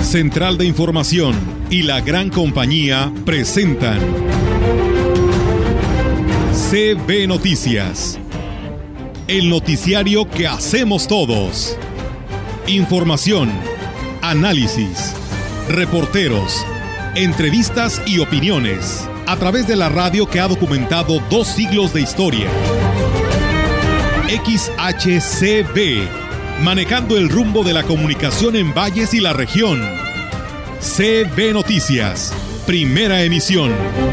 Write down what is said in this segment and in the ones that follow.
Central de Información y la Gran Compañía presentan CB Noticias, el noticiario que hacemos todos. Información, análisis, reporteros, entrevistas y opiniones a través de la radio que ha documentado 2 siglos de historia. XHCB, manejando el rumbo de la comunicación en valles y la región. CB Noticias, primera emisión.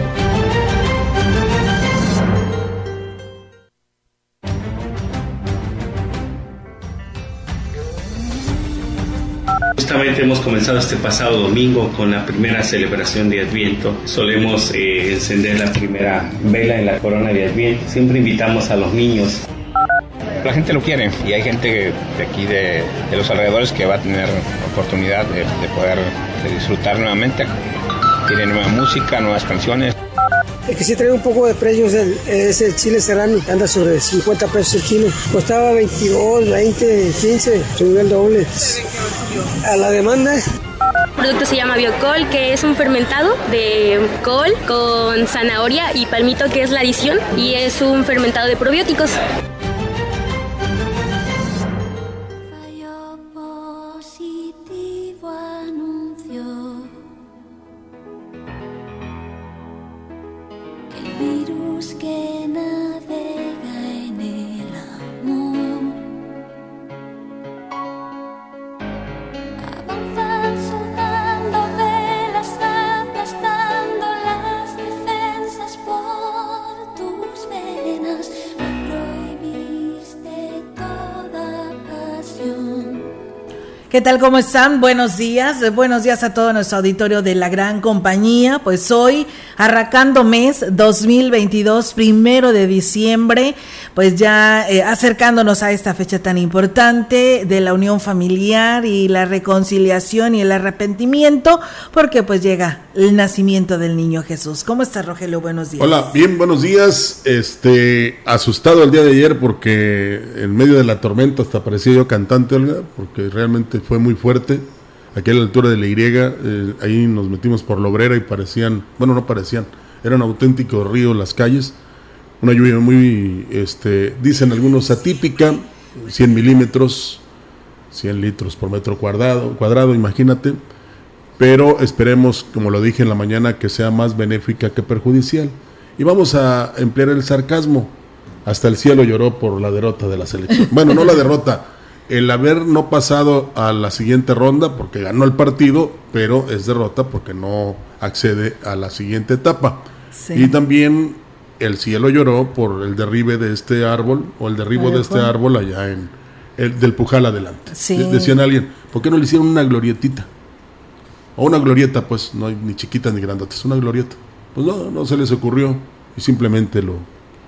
Justamente hemos comenzado este pasado domingo con la primera celebración de Adviento. Solemos encender la primera vela en la corona de Adviento. Siempre invitamos a los niños. La gente lo quiere y hay gente de aquí de los alrededores que va a tener oportunidad de poder disfrutar nuevamente. Tiene nueva música, nuevas canciones. El que sí trae un poco de precios es el chile serrano, anda sobre 50 pesos el kilo. Costaba 22, 20, 15, subió el doble. A la demanda. El producto se llama Biocol, que es un fermentado de col con zanahoria y palmito, que es la adición, y es un fermentado de probióticos. ¿Qué tal? ¿Cómo están? Buenos días a todo nuestro auditorio de la Gran Compañía. Pues hoy, arrancando mes 2022, 1 de diciembre, pues ya acercándonos a esta fecha tan importante de la unión familiar y la reconciliación y el arrepentimiento, porque pues llega el nacimiento del niño Jesús. ¿Cómo estás, Rogelio? Buenos días. Hola, bien, buenos días. Asustado el día de ayer porque en medio de la tormenta hasta parecía yo cantante, Olga, porque realmente fue muy fuerte. Aquí a la altura de la Y, ahí nos metimos por la Obrera y eran auténticos ríos las calles. Una lluvia muy, dicen algunos atípica, 100 milímetros, 100 litros por metro cuadrado, imagínate. Pero esperemos, como lo dije en la mañana, que sea más benéfica que perjudicial. Y vamos a emplear el sarcasmo. Hasta el cielo lloró por la derrota de la selección. Bueno, no la derrota, el haber no pasado a la siguiente ronda, porque ganó el partido, pero es derrota porque no accede a la siguiente etapa. Sí. Y también el cielo lloró por el derribe de este árbol, o el derribo de este árbol allá en del Pujal adelante. Sí. Decían alguien, ¿por qué no le hicieron una glorietita? O una glorieta, pues, no hay ni chiquitas ni grandotas, una glorieta. Pues no se les ocurrió y simplemente lo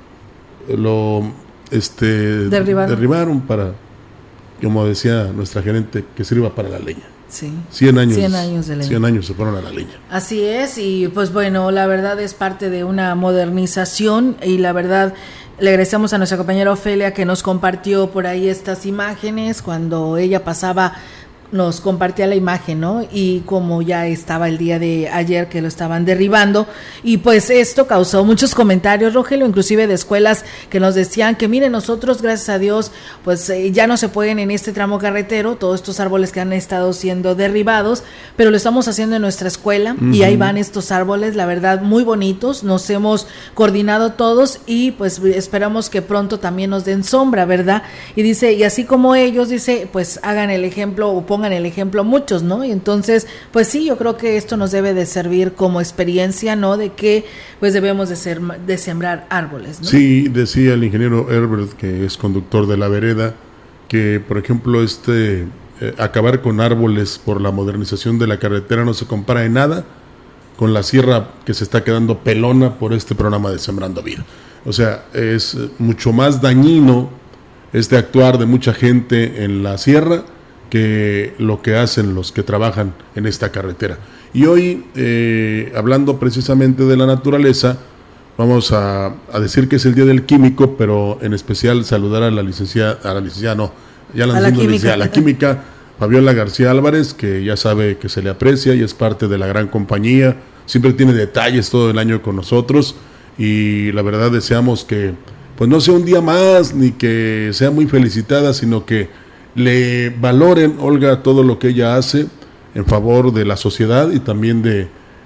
derribaron para, como decía nuestra gerente, que sirva para la leña. Sí. 100 años de leña. 100 años se fueron a la leña. Así es, y pues bueno, la verdad es parte de una modernización, y la verdad le agradecemos a nuestra compañera Ofelia que nos compartió por ahí estas imágenes cuando ella pasaba. Nos compartía la imagen, ¿no? Y como ya estaba el día de ayer que lo estaban derribando, y pues esto causó muchos comentarios, Rogelio, inclusive de escuelas que nos decían que miren, nosotros gracias a Dios pues ya no se pueden en este tramo carretero, todos estos árboles que han estado siendo derribados, pero lo estamos haciendo en nuestra escuela. Uh-huh. Y ahí van estos árboles, la verdad muy bonitos, nos hemos coordinado todos y pues esperamos que pronto también nos den sombra, ¿verdad? Y dice, y así como ellos, dice, pues hagan el ejemplo o pongan el ejemplo muchos, ¿no? Y entonces, pues sí, yo creo que esto nos debe de servir como experiencia, ¿no? De que pues debemos de sembrar árboles, ¿no? Sí, decía el ingeniero Herbert, que es conductor de la vereda, que por ejemplo acabar con árboles por la modernización de la carretera no se compara en nada con la sierra que se está quedando pelona por este programa de Sembrando Vida. O sea, es mucho más dañino este actuar de mucha gente en la sierra que lo que hacen los que trabajan en esta carretera. Y hoy, hablando precisamente de la naturaleza, vamos a decir que es el Día del Químico, pero en especial saludar a la licenciada, la química, Fabiola García Álvarez, que ya sabe que se le aprecia y es parte de la gran compañía, siempre tiene detalles todo el año con nosotros, y la verdad deseamos que pues no sea un día más, ni que sea muy felicitada, sino que le valoren, Olga, todo lo que ella hace en favor de la sociedad y también de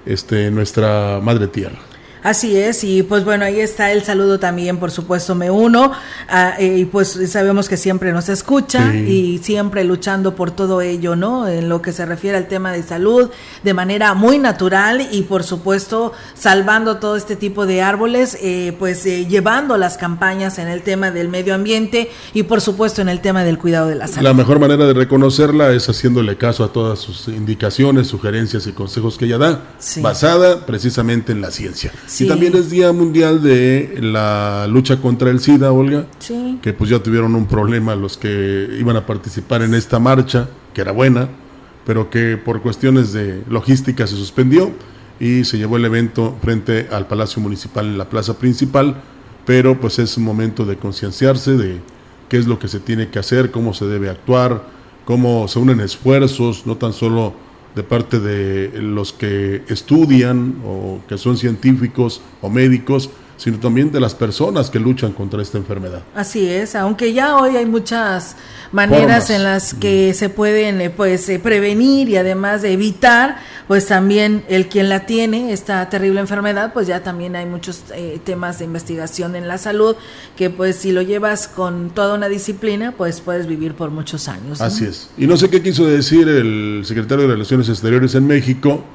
nuestra madre tierra. Así es, y pues bueno, ahí está el saludo también, por supuesto, me uno, y pues sabemos que siempre nos escucha, sí, y siempre luchando por todo ello, ¿no? En lo que se refiere al tema de salud, de manera muy natural, y por supuesto, salvando todo este tipo de árboles, llevando las campañas en el tema del medio ambiente, y por supuesto en el tema del cuidado de la salud. La mejor manera de reconocerla es haciéndole caso a todas sus indicaciones, sugerencias y consejos que ella da, sí, basada precisamente en la ciencia. Sí. Y también es Día Mundial de la lucha contra el SIDA, Olga, sí, que pues ya tuvieron un problema los que iban a participar en esta marcha, que era buena, pero que por cuestiones de logística se suspendió y se llevó el evento frente al Palacio Municipal en la plaza principal, pero pues es un momento de concienciarse de qué es lo que se tiene que hacer, cómo se debe actuar, cómo se unen esfuerzos, no tan solo de parte de los que estudian o que son científicos o médicos, sino también de las personas que luchan contra esta enfermedad. Así es, aunque ya hoy hay muchas maneras en las que se pueden prevenir y además de evitar, pues también el quien la tiene, esta terrible enfermedad, pues ya también hay muchos temas de investigación en la salud, que pues si lo llevas con toda una disciplina, pues puedes vivir por muchos años, ¿no? Así es, y no sé qué quiso decir el secretario de Relaciones Exteriores en México,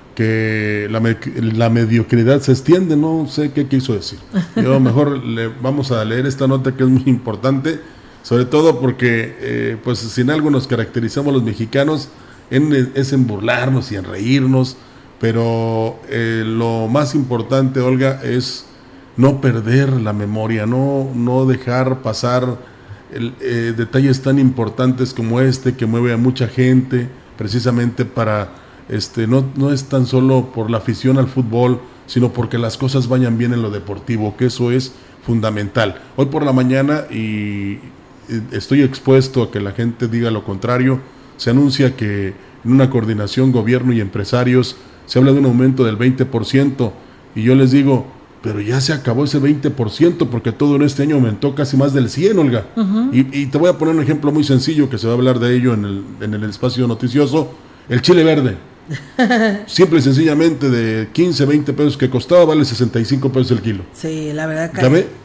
que la mediocridad se extiende, no sé qué quiso decir. Yo mejor vamos a leer esta nota que es muy importante, sobre todo porque pues sin algo nos caracterizamos los mexicanos es en burlarnos y en reírnos, pero lo más importante, Olga, es no perder la memoria, no dejar pasar detalles tan importantes como que mueve a mucha gente, precisamente para no es tan solo por la afición al fútbol, sino porque las cosas vayan bien en lo deportivo, que eso es fundamental. Hoy por la mañana, y estoy expuesto a que la gente diga lo contrario, se anuncia que en una coordinación gobierno y empresarios se habla de un aumento del 20%, y yo les digo, pero ya se acabó ese 20%, porque todo en este año aumentó casi más del 100%, Olga. Uh-huh. Y te voy a poner un ejemplo muy sencillo, que se va a hablar de ello en el espacio noticioso. El chile verde, simple y sencillamente, de 15, 20 pesos que costaba, vale 65 pesos el kilo. Sí, la verdad que...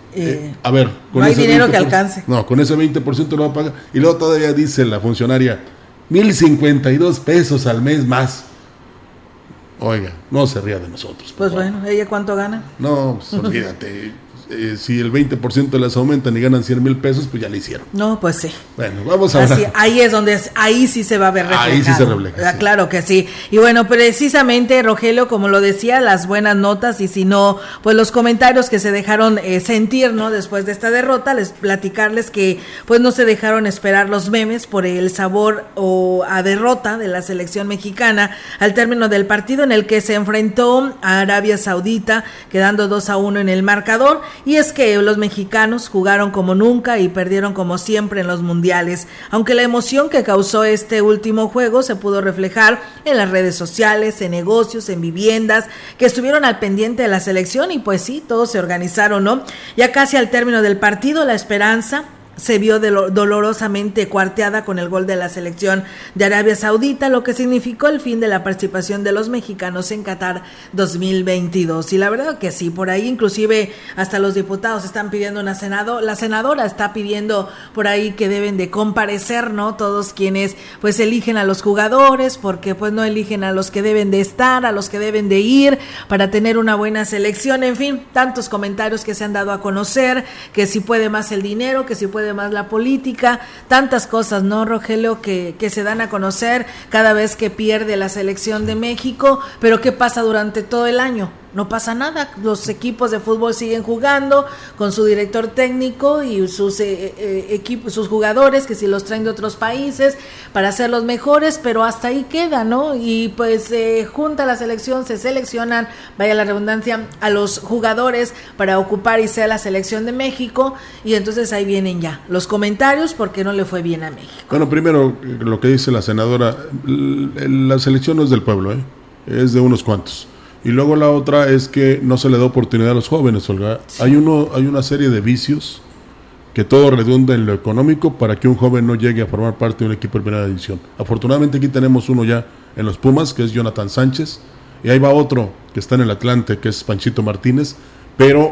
a ver, con no hay dinero que alcance. No, con ese 20% lo va a pagar. Y luego todavía dice la funcionaria, 1,052 pesos al mes más. Oiga, no se ría de nosotros. Pues bueno, ¿ella cuánto gana? No, pues olvídate. Si el 20% les aumentan y ganan 100,000 pesos, pues ya le hicieron. No, pues sí. Bueno, vamos a ver. Ahí es donde ahí sí se va a ver reflejado. Ahí sí se refleja. Sí. Claro que sí. Y bueno, precisamente, Rogelio, como lo decía, las buenas notas, y si no, pues los comentarios que se dejaron sentir, ¿no? Después de esta derrota, platicarles que pues no se dejaron esperar los memes por el sabor a derrota de la selección mexicana al término del partido en el que se enfrentó a Arabia Saudita, quedando 2-1 en el marcador. Y es que los mexicanos jugaron como nunca y perdieron como siempre en los mundiales, aunque la emoción que causó este último juego se pudo reflejar en las redes sociales, en negocios, en viviendas, que estuvieron al pendiente de la selección, y pues sí, todos se organizaron, ¿no? Ya casi al término del partido, la esperanza se vio dolorosamente cuarteada con el gol de la selección de Arabia Saudita, lo que significó el fin de la participación de los mexicanos en Qatar 2022. Y la verdad que sí, por ahí inclusive hasta los diputados están pidiendo la senadora está pidiendo por ahí que deben de comparecer, ¿no? Todos quienes pues eligen a los jugadores, porque pues no eligen a los que deben de estar, a los que deben de ir para tener una buena selección. En fin, tantos comentarios que se han dado a conocer, que si puede más el dinero, que si puede más la política, tantas cosas, ¿no, Rogelio? Que se dan a conocer cada vez que pierde la selección de México, pero ¿qué pasa durante todo el año? no pasa nada, los equipos de fútbol siguen jugando con su director técnico y sus equipos, sus jugadores, que si los traen de otros países para hacerlos mejores, pero hasta ahí queda, ¿no? Y pues junta la selección, se seleccionan, vaya la redundancia, a los jugadores para ocupar y sea la selección de México, y entonces ahí vienen ya los comentarios porque no le fue bien a México. Bueno, primero lo que dice la senadora, la selección no es del pueblo, es de unos cuantos. Y luego la otra es que no se le da oportunidad a los jóvenes, Olga. Sí. Hay una serie de vicios que todo redunda en lo económico para que un joven no llegue a formar parte de un equipo de primera división. Afortunadamente aquí tenemos uno ya en los Pumas, que es Jonathan Sánchez, y ahí va otro que está en el Atlante, que es Panchito Martínez, pero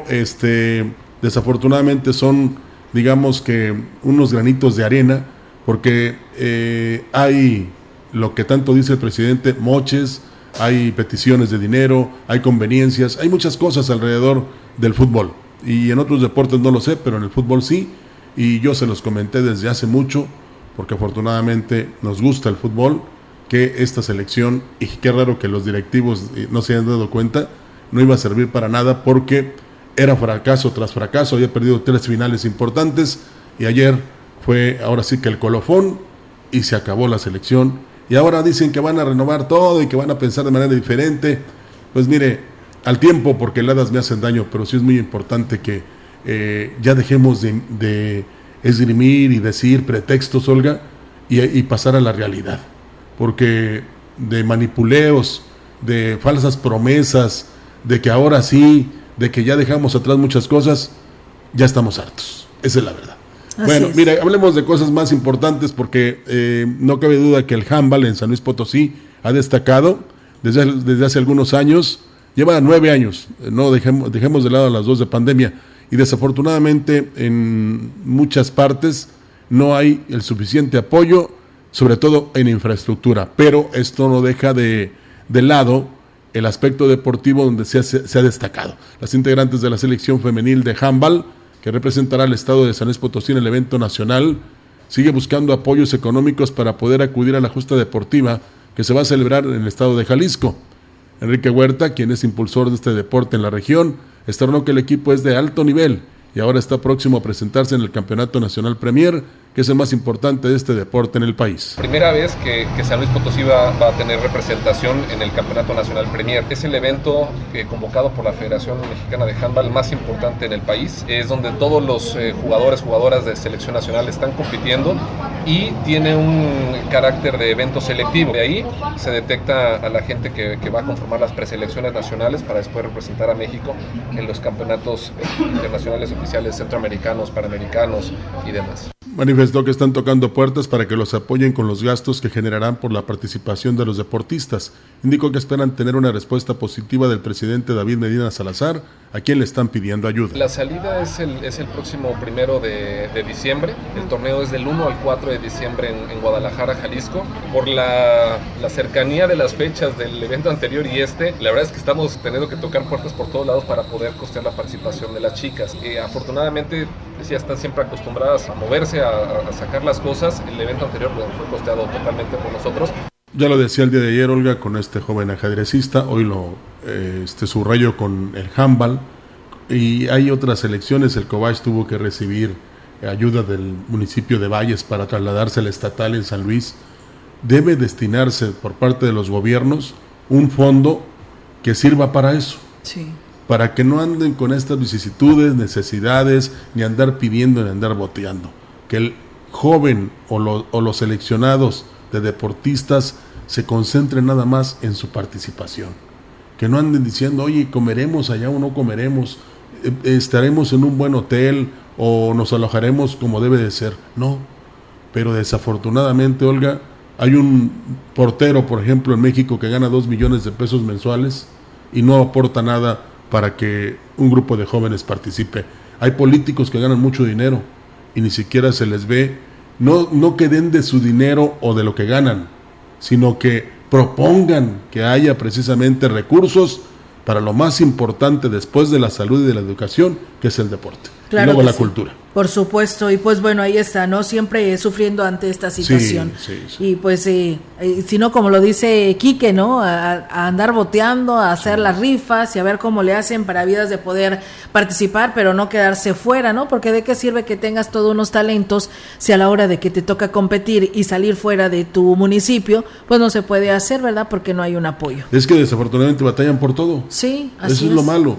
desafortunadamente son, digamos que, unos granitos de arena, porque hay lo que tanto dice el presidente, moches, hay peticiones de dinero, hay conveniencias, hay muchas cosas alrededor del fútbol, y en otros deportes no lo sé, pero en el fútbol sí, y yo se los comenté desde hace mucho, porque afortunadamente nos gusta el fútbol, que esta selección, y qué raro que los directivos no se hayan dado cuenta, no iba a servir para nada, porque era fracaso tras fracaso, había perdido 3 finales importantes, y ayer fue ahora sí que el colofón, y se acabó la selección. Y ahora dicen que van a renovar todo y que van a pensar de manera diferente. Pues mire, al tiempo, porque heladas me hacen daño, pero sí es muy importante que ya dejemos de esgrimir y decir pretextos, Olga, y pasar a la realidad. Porque de manipuleos, de falsas promesas, de que ahora sí, de que ya dejamos atrás muchas cosas, ya estamos hartos. Esa es la verdad. Así bueno, es. Mira, hablemos de cosas más importantes porque no cabe duda que el handball en San Luis Potosí ha destacado desde hace algunos años, lleva 9 años, no dejemos de lado las 2 de pandemia, y desafortunadamente en muchas partes no hay el suficiente apoyo, sobre todo en infraestructura, pero esto no deja de lado el aspecto deportivo donde se ha destacado. Las integrantes de la selección femenil de handball, que representará al estado de San Luis Potosí en el evento nacional, sigue buscando apoyos económicos para poder acudir a la justa deportiva que se va a celebrar en el estado de Jalisco. Enrique Huerta, quien es impulsor de este deporte en la región, externó que el equipo es de alto nivel y ahora está próximo a presentarse en el Campeonato Nacional Premier, que es el más importante de este deporte en el país. Primera vez que San Luis Potosí va a tener representación en el Campeonato Nacional Premier. Es el evento convocado por la Federación Mexicana de Handball más importante en el país. Es donde todos los jugadoras de selección nacional están compitiendo y tiene un carácter de evento selectivo. De ahí se detecta a la gente que va a conformar las preselecciones nacionales para después representar a México en los campeonatos internacionales oficiales centroamericanos, panamericanos y demás. Manifestó que están tocando puertas para que los apoyen con los gastos que generarán por la participación de los deportistas. Indicó que esperan tener una respuesta positiva del presidente David Medina Salazar, a quien le están pidiendo ayuda. La salida es el próximo 1 de diciembre. El torneo es del 1 al 4 de diciembre en Guadalajara, Jalisco. Por la cercanía de las fechas del evento anterior y la verdad es que estamos teniendo que tocar puertas por todos lados para poder costear la participación de las chicas. Afortunadamente ya están siempre acostumbradas a moverse, a sacar las cosas. El evento anterior fue costeado totalmente por nosotros. Ya lo decía el día de ayer, Olga, con este joven ajedrecista, hoy lo subrayo con el handball, y hay otras elecciones. El Cobach tuvo que recibir ayuda del municipio de Valles para trasladarse al estatal en San Luis. Debe destinarse por parte de los gobiernos un fondo que sirva para eso. Sí. Para que no anden con estas vicisitudes, necesidades, ni andar pidiendo ni andar boteando. Que el joven o los seleccionados de deportistas se concentren nada más en su participación. Que no anden diciendo, oye, comeremos allá o no comeremos, estaremos en un buen hotel o nos alojaremos como debe de ser. No, pero desafortunadamente, Olga, hay un portero, por ejemplo, en México que gana 2 millones de pesos mensuales y no aporta nada para que un grupo de jóvenes participe. Hay políticos que ganan mucho dinero y ni siquiera se les ve, no que den de su dinero o de lo que ganan, sino que propongan que haya precisamente recursos para lo más importante después de la salud y de la educación, que es el deporte. y luego la cultura. Por supuesto, y pues bueno, ahí está, ¿no? Siempre sufriendo ante esta situación. Sí. Y pues si no, como lo dice Quique, ¿no? A andar boteando, a hacer las rifas y a ver cómo le hacen para vidas de poder participar, pero no quedarse fuera, ¿no? Porque de qué sirve que tengas todos unos talentos si a la hora de que te toca competir y salir fuera de tu municipio, pues no se puede hacer, ¿verdad? Porque no hay un apoyo. Es que desafortunadamente batallan por todo. Sí, así Eso es lo malo.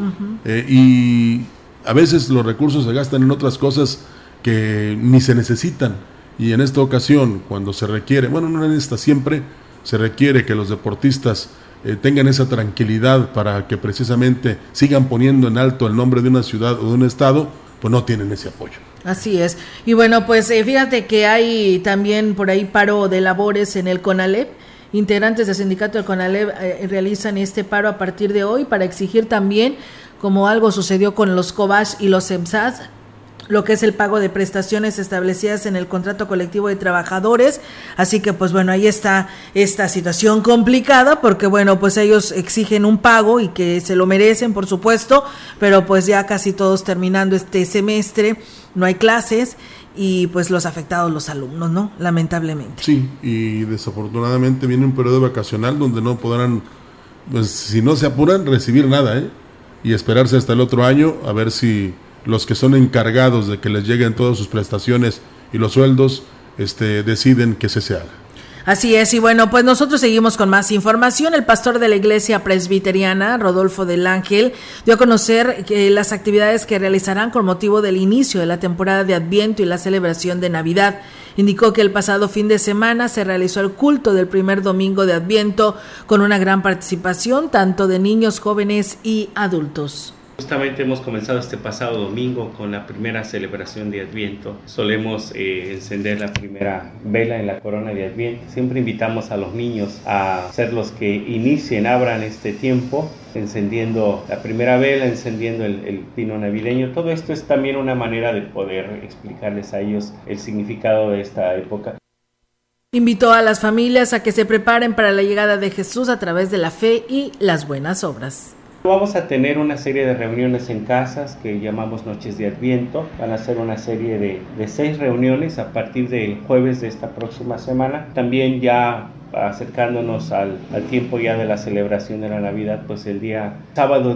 Y a veces los recursos se gastan en otras cosas que ni se necesitan, y en esta ocasión, cuando se requiere, bueno, no en esta, siempre se requiere que los deportistas tengan esa tranquilidad para que precisamente sigan poniendo en alto el nombre de una ciudad o de un estado, pues no tienen ese apoyo. Así es. Y bueno, pues fíjate que hay también por ahí paro de labores en el CONALEP. Integrantes del sindicato del CONALEP realizan este paro a partir de hoy para exigir también, como algo sucedió con los COBACH y los EMSAS, lo que es el pago de prestaciones establecidas en el contrato colectivo de trabajadores. Así que pues bueno, ahí está esta situación complicada, porque bueno, pues ellos exigen un pago y que se lo merecen, por supuesto, pero pues ya casi todos terminando este semestre, no hay clases y pues los afectados los alumnos, ¿no? Lamentablemente. Sí, y desafortunadamente viene un periodo vacacional donde no podrán, pues si no se apuran, recibir nada, y esperarse hasta el otro año a ver si los que son encargados de que les lleguen todas sus prestaciones y los sueldos deciden que se haga. Así es, y bueno, pues nosotros seguimos con más información. El pastor de la Iglesia Presbiteriana, Rodolfo del Ángel, dio a conocer que las actividades que realizarán con motivo del inicio de la temporada de Adviento y la celebración de Navidad. Indicó que el pasado fin de semana se realizó el culto del primer domingo de Adviento con una gran participación tanto de niños, jóvenes y adultos. Justamente hemos comenzado este pasado domingo con la primera celebración de Adviento. Solemos encender la primera vela en la corona de Adviento. Siempre invitamos a los niños a ser los que inicien, abran este tiempo, encendiendo la primera vela, encendiendo el pino navideño. Todo esto es también una manera de poder explicarles a ellos el significado de esta época. Invitó a las familias a que se preparen para la llegada de Jesús a través de la fe y las buenas obras. Vamos a tener una serie de reuniones en casas que llamamos Noches de Adviento. Van a ser una serie de 6 reuniones a partir del jueves de esta próxima semana. También ya acercándonos al tiempo ya de la celebración de la Navidad, pues el día sábado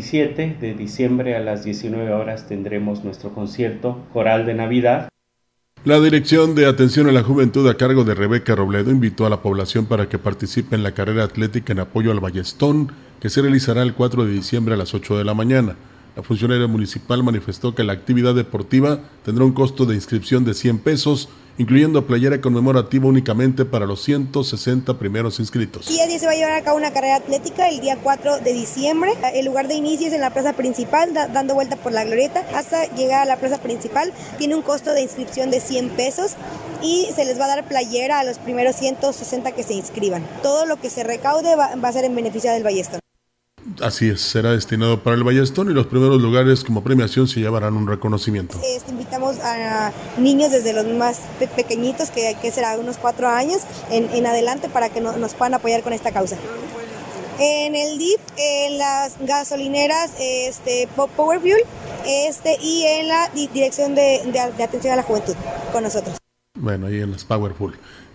17 de diciembre a las 19 horas tendremos nuestro concierto coral de Navidad. La Dirección de Atención a la Juventud a cargo de Rebeca Robledo invitó a la población para que participe en la carrera atlética en apoyo al Ballestón, que se realizará el 4 de diciembre a las 8 de la mañana. La funcionaria municipal manifestó que la actividad deportiva tendrá un costo de inscripción de 100 pesos, incluyendo playera conmemorativa únicamente para los 160 primeros inscritos. El día 10 se va a llevar a cabo una carrera atlética el día 4 de diciembre. El lugar de inicio es en la plaza principal, dando vuelta por la glorieta hasta llegar a la plaza principal. Tiene un costo de inscripción de 100 pesos y se les va a dar playera a los primeros 160 que se inscriban. Todo lo que se recaude va a ser en beneficio del Ballestón. Así es, será destinado para el Ballestón y los primeros lugares como premiación se llevarán un reconocimiento. Invitamos a niños desde los más pequeñitos, que será unos 4 años en adelante, para que nos puedan apoyar con esta causa. En el DIF, en las gasolineras Power Fuel y en la Dirección de Atención a la Juventud con nosotros. Bueno, ahí en las Power Fuel.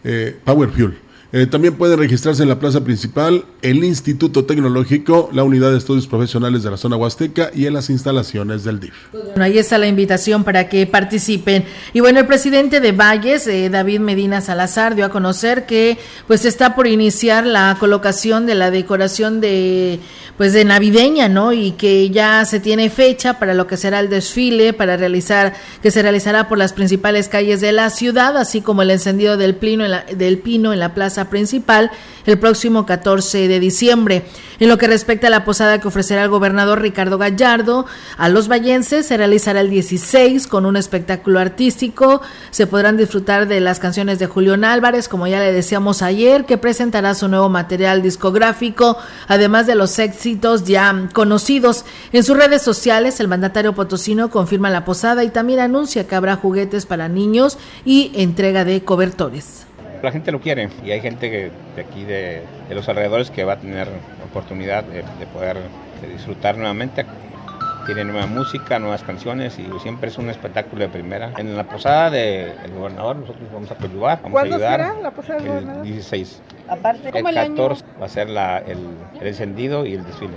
También pueden registrarse en la plaza principal, el Instituto Tecnológico, la Unidad de Estudios Profesionales de la Zona Huasteca y en las instalaciones del DIF. Bueno, ahí está la invitación para que participen. Y bueno, el presidente de Valles, David Medina Salazar, dio a conocer que pues está por iniciar la colocación de la decoración de navideña, ¿no? Y que ya se tiene fecha para lo que será el desfile que se realizará por las principales calles de la ciudad, así como el encendido del pino en la plaza principal el próximo 14 de diciembre. En lo que respecta a la posada que ofrecerá el gobernador Ricardo Gallardo a los vallenses, se realizará el 16 con un espectáculo artístico. Se podrán disfrutar de las canciones de Julián Álvarez, como ya le decíamos ayer, que presentará su nuevo material discográfico, además de los éxitos ya conocidos. En sus redes sociales, el mandatario potosino confirma la posada y también anuncia que habrá juguetes para niños y entrega de cobertores. La gente lo quiere y hay gente de aquí de los alrededores que va a tener oportunidad de poder disfrutar nuevamente. tiene nueva música, nuevas canciones y siempre es un espectáculo de primera. En la posada del gobernador nosotros vamos a coadyuvar, vamos a ayudar. ¿Cuándo será la posada del gobernador? El 16. Aparte, el 14 va a ser el encendido y el desfile.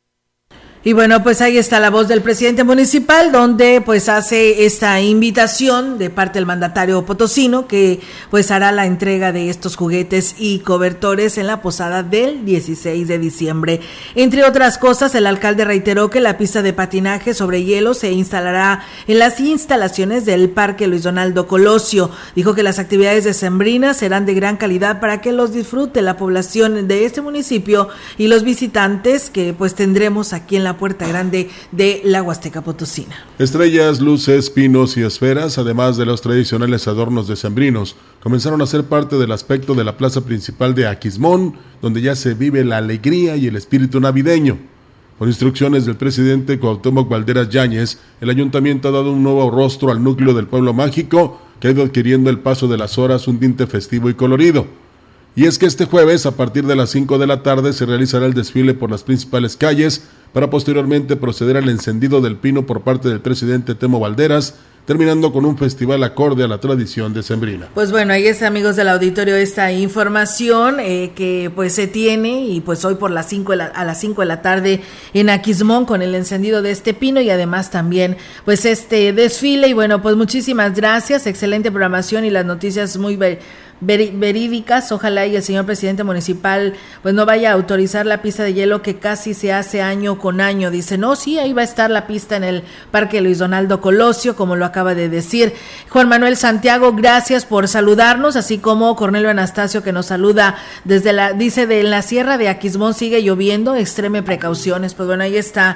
Y bueno, pues ahí está la voz del presidente municipal, donde pues hace esta invitación de parte del mandatario potosino, que pues hará la entrega de estos juguetes y cobertores en la posada del 16 de diciembre. Entre otras cosas, el alcalde reiteró que la pista de patinaje sobre hielo se instalará en las instalaciones del Parque Luis Donaldo Colosio. Dijo que las actividades decembrinas serán de gran calidad para que los disfrute la población de este municipio y los visitantes que pues tendremos aquí en la Puerta Grande de la Huasteca Potosina. Estrellas, luces, pinos y esferas, además de los tradicionales adornos decembrinos, comenzaron a ser parte del aspecto de la plaza principal de Aquismón, donde ya se vive la alegría y el espíritu navideño. Con instrucciones del presidente Cuauhtémoc Valderas Yáñez, el ayuntamiento ha dado un nuevo rostro al núcleo del pueblo mágico, que ha ido adquiriendo el paso de las horas un tinte festivo y colorido. Y es que este jueves, a partir de las 5 de la tarde, se realizará el desfile por las principales calles, para posteriormente proceder al encendido del pino por parte del presidente Temo Valderas, terminando con un festival acorde a la tradición decembrina. Pues bueno, ahí está, amigos del auditorio, esta información que pues se tiene, y pues hoy por las 5 a las 5 de la tarde en Aquismón con el encendido de este pino y además también pues este desfile. Y bueno, pues muchísimas gracias, excelente programación y las noticias muy verídicas. Ojalá y el señor presidente municipal pues no vaya a autorizar la pista de hielo que casi se hace año con año. Dice, no, sí, ahí va a estar la pista en el Parque Luis Donaldo Colosio, como lo acaba de decir Juan Manuel Santiago. Gracias por saludarnos, así como Cornelio Anastasio, que nos saluda desde dice, de la Sierra de Aquismón sigue lloviendo, extreme precauciones. Pues bueno, ahí está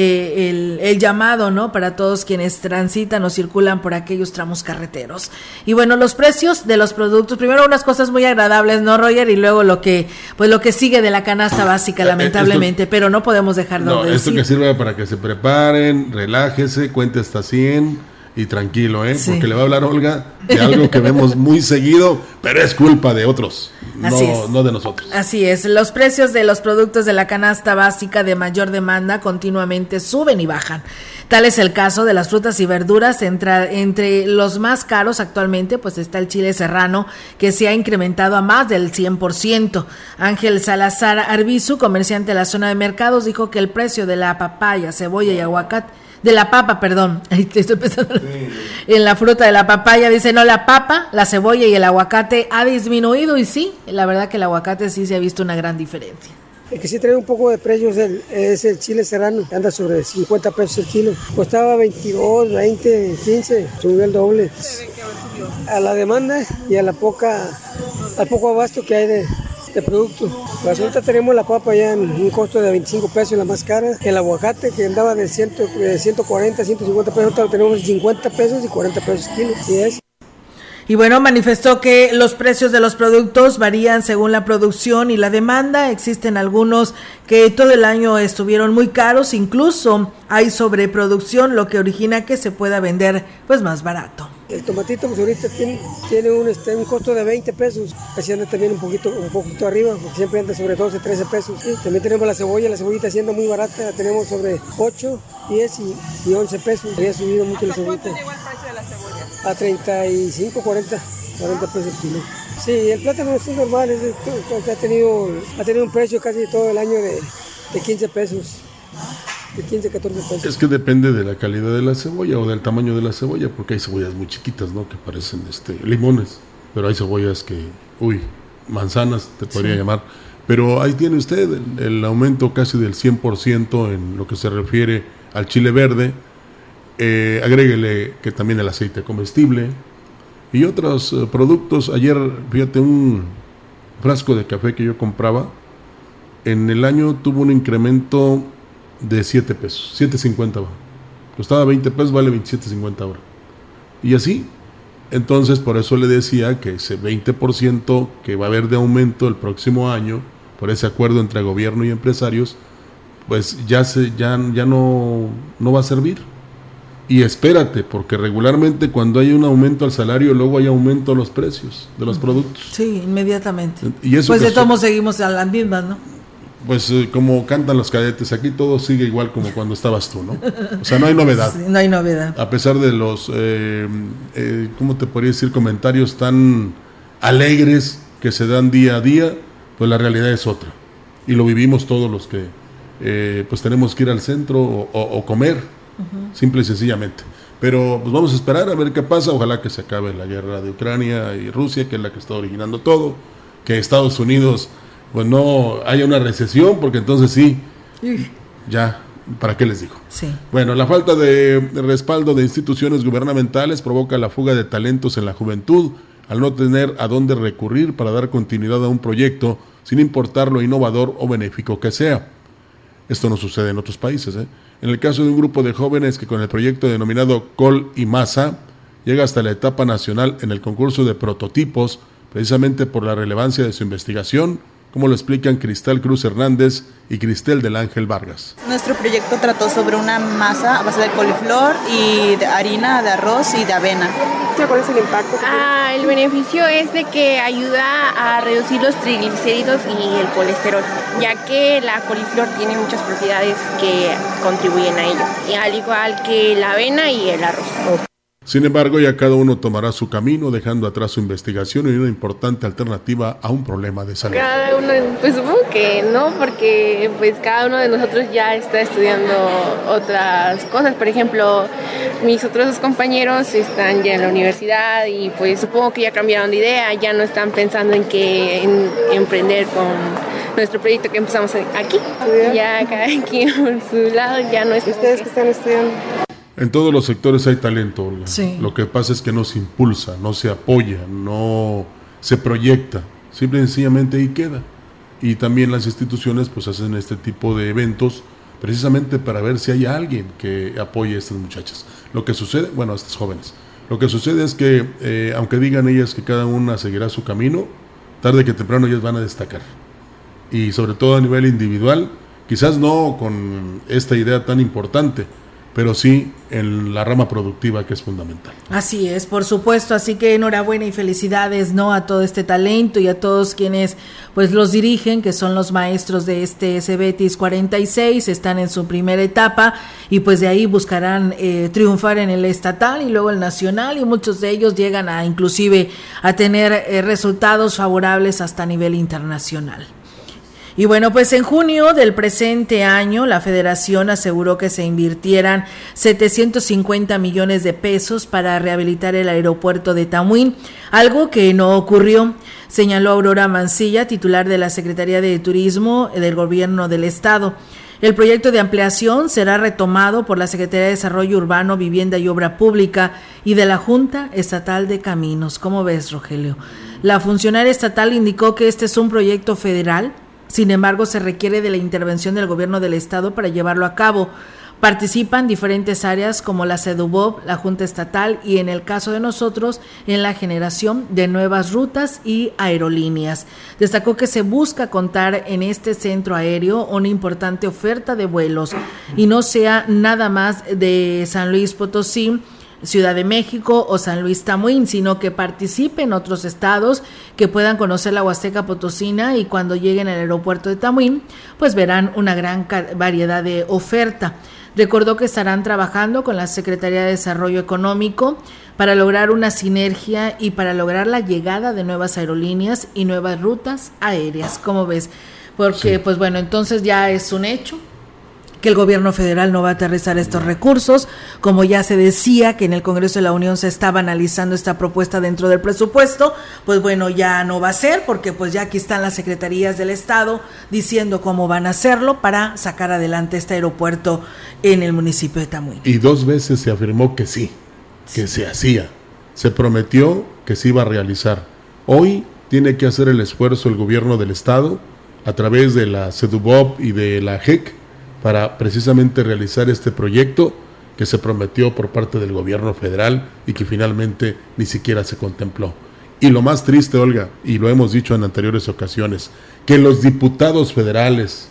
el llamado, ¿no?, para todos quienes transitan o circulan por aquellos tramos carreteros. Y bueno, los precios de los productos, primero unas cosas muy agradables, ¿no, Roger? Y luego lo que sigue de la canasta básica, lamentablemente, pero no podemos dejar de decir. Esto que sirve para que se preparen, relájese, cuente hasta 100 y tranquilo, sí, porque le va a hablar Olga de algo que vemos muy seguido, pero es culpa de otros, no de nosotros. Así es, los precios de los productos de la canasta básica de mayor demanda continuamente suben y bajan. Tal es el caso de las frutas y verduras. Entre los más caros actualmente pues está el chile serrano, que se ha incrementado a más del 100%. Ángel Salazar Arbizu, comerciante de la zona de mercados, dijo que el precio de la papaya, cebolla y aguacate, de la papa, perdón, estoy pensando en la fruta de la papaya, dice, no, la papa, la cebolla y el aguacate ha disminuido, y sí, la verdad que el aguacate sí se ha visto una gran diferencia. El que sí trae un poco de precios es el chile serrano, que anda sobre 50 pesos el kilo. Costaba 22, 20, 15, subió el doble. A la demanda y al poco abasto que hay de producto. Ahorita tenemos la papa ya en un costo de 25 pesos, la más cara. El aguacate, que andaba de 140, 150 pesos, ahorita lo tenemos 50 pesos y 40 pesos kilo. Y bueno, manifestó que los precios de los productos varían según la producción y la demanda. Existen algunos que todo el año estuvieron muy caros, incluso hay sobreproducción, lo que origina que se pueda vender pues más barato. El tomatito pues ahorita tiene un costo de 20 pesos, así anda también un poquito arriba, porque siempre anda sobre 12, 13 pesos. Sí, también tenemos la cebollita siendo muy barata, la tenemos sobre 8, 10 y 11 pesos. Había subido mucho la cebollita. ¿Cuánto llegó el precio de la cebolla? A 35, 40 pesos el kilo. Sí, el plátano es normal, ha tenido un precio casi todo el año de 15 pesos. De 15, 14 pesos. Es que depende de la calidad de la cebolla o del tamaño de la cebolla, porque hay cebollas muy chiquitas, ¿no?, que parecen limones, pero hay cebollas que, manzanas te podría llamar. Pero ahí tiene usted el aumento casi del 100% en lo que se refiere al chile verde. Agréguele que también el aceite comestible y otros productos. Ayer, fíjate, un frasco de café que yo compraba en el año tuvo un incremento de 7 pesos, 7.50 costaba 20 pesos, vale 27.50 ahora, y así. Entonces, por eso le decía que ese 20% que va a haber de aumento el próximo año, por ese acuerdo entre gobierno y empresarios, pues ya no va a servir. Y espérate, porque regularmente cuando hay un aumento al salario, luego hay aumento a los precios de los productos. Sí, inmediatamente. Y eso pues de todos seguimos a las mismas, ¿no? pues como cantan los Cadetes, aquí todo sigue igual como cuando estabas tú, ¿no? O sea, no hay novedad. Sí, no hay novedad. A pesar de los, ¿cómo te podría decir? Comentarios tan alegres que se dan día a día, pues la realidad es otra. Y lo vivimos todos los que pues tenemos que ir al centro o comer, simple y sencillamente. Pero pues vamos a esperar a ver qué pasa. Ojalá que se acabe la guerra de Ucrania y Rusia, que es la que está originando todo, que Estados Unidos pues no haya una recesión, porque entonces sí, ya, ¿para qué les digo? Sí. Bueno, la falta de respaldo de instituciones gubernamentales provoca la fuga de talentos en la juventud, al no tener a dónde recurrir para dar continuidad a un proyecto, sin importar lo innovador o benéfico que sea. Esto no sucede en otros países, ¿eh? En el caso de un grupo de jóvenes que con el proyecto denominado Col y Masa llega hasta la etapa nacional en el concurso de prototipos, precisamente por la relevancia de su investigación, como lo explican Cristal Cruz Hernández y Cristel del Ángel Vargas. Nuestro proyecto trató sobre una masa a base de coliflor y de harina de arroz y de avena. ¿Cuál es el impacto? El beneficio es de que ayuda a reducir los triglicéridos y el colesterol, ya que la coliflor tiene muchas propiedades que contribuyen a ello, y al igual que la avena y el arroz. Sin embargo, ya cada uno tomará su camino, dejando atrás su investigación y una importante alternativa a un problema de salud. Cada uno, pues supongo que no, porque pues cada uno de nosotros ya está estudiando otras cosas. Por ejemplo, mis otros dos compañeros están ya en la universidad y pues supongo que ya cambiaron de idea, ya no están pensando en emprender con nuestro proyecto que empezamos aquí. Ya cada quien por su lado ya no está. ¿Ustedes que están estudiando? En todos los sectores hay talento, Olga. Sí. Lo que pasa es que no se impulsa, no se apoya, no se proyecta, simple y sencillamente ahí queda. Y también las instituciones pues hacen este tipo de eventos precisamente para ver si hay alguien que apoye a estas muchachas. Lo que sucede, bueno, a estas jóvenes, lo que sucede es que aunque digan ellas que cada una seguirá su camino, tarde que temprano ellas van a destacar. Y sobre todo a nivel individual, quizás no con esta idea tan importante, pero sí en la rama productiva, que es fundamental. Así es, por supuesto, así que enhorabuena y felicidades, ¿no?, a todo este talento y a todos quienes pues los dirigen, que son los maestros de este Cebetis 46, están en su primera etapa y pues de ahí buscarán triunfar en el estatal y luego el nacional, y muchos de ellos llegan a inclusive a tener resultados favorables hasta a nivel internacional. Y bueno, pues en junio del presente año, la Federación aseguró que se invirtieran 750 millones de pesos para rehabilitar el aeropuerto de Tamuín, algo que no ocurrió, señaló Aurora Mancilla, titular de la Secretaría de Turismo del Gobierno del Estado. El proyecto de ampliación será retomado por la Secretaría de Desarrollo Urbano, Vivienda y Obra Pública y de la Junta Estatal de Caminos. ¿Cómo ves, Rogelio? La funcionaria estatal indicó que este es un proyecto federal. Sin embargo, se requiere de la intervención del gobierno del estado para llevarlo a cabo. Participan diferentes áreas como la CEDUBOB, la Junta Estatal y, en el caso de nosotros, en la generación de nuevas rutas y aerolíneas. Destacó que se busca contar en este centro aéreo una importante oferta de vuelos y no sea nada más de San Luis Potosí, Ciudad de México o San Luis Tamuín, sino que participen otros estados que puedan conocer la Huasteca Potosina, y cuando lleguen al aeropuerto de Tamuín pues verán una gran variedad de oferta. Recordó que estarán trabajando con la Secretaría de Desarrollo Económico para lograr una sinergia y para lograr la llegada de nuevas aerolíneas y nuevas rutas aéreas. ¿Cómo ves? Porque pues bueno, entonces ya es un hecho que el gobierno federal no va a aterrizar estos recursos, como ya se decía que en el Congreso de la Unión se estaba analizando esta propuesta dentro del presupuesto, pues bueno, ya no va a ser, porque pues ya aquí están las secretarías del Estado diciendo cómo van a hacerlo para sacar adelante este aeropuerto en el municipio de Tamuín. Y 2 veces se afirmó que sí, que se hacía, se prometió que se iba a realizar. Hoy tiene que hacer el esfuerzo el gobierno del Estado, a través de la CEDUBOB y de la JEC, para precisamente realizar este proyecto que se prometió por parte del gobierno federal y que finalmente ni siquiera se contempló. Y lo más triste, Olga, y lo hemos dicho en anteriores ocasiones, que los diputados federales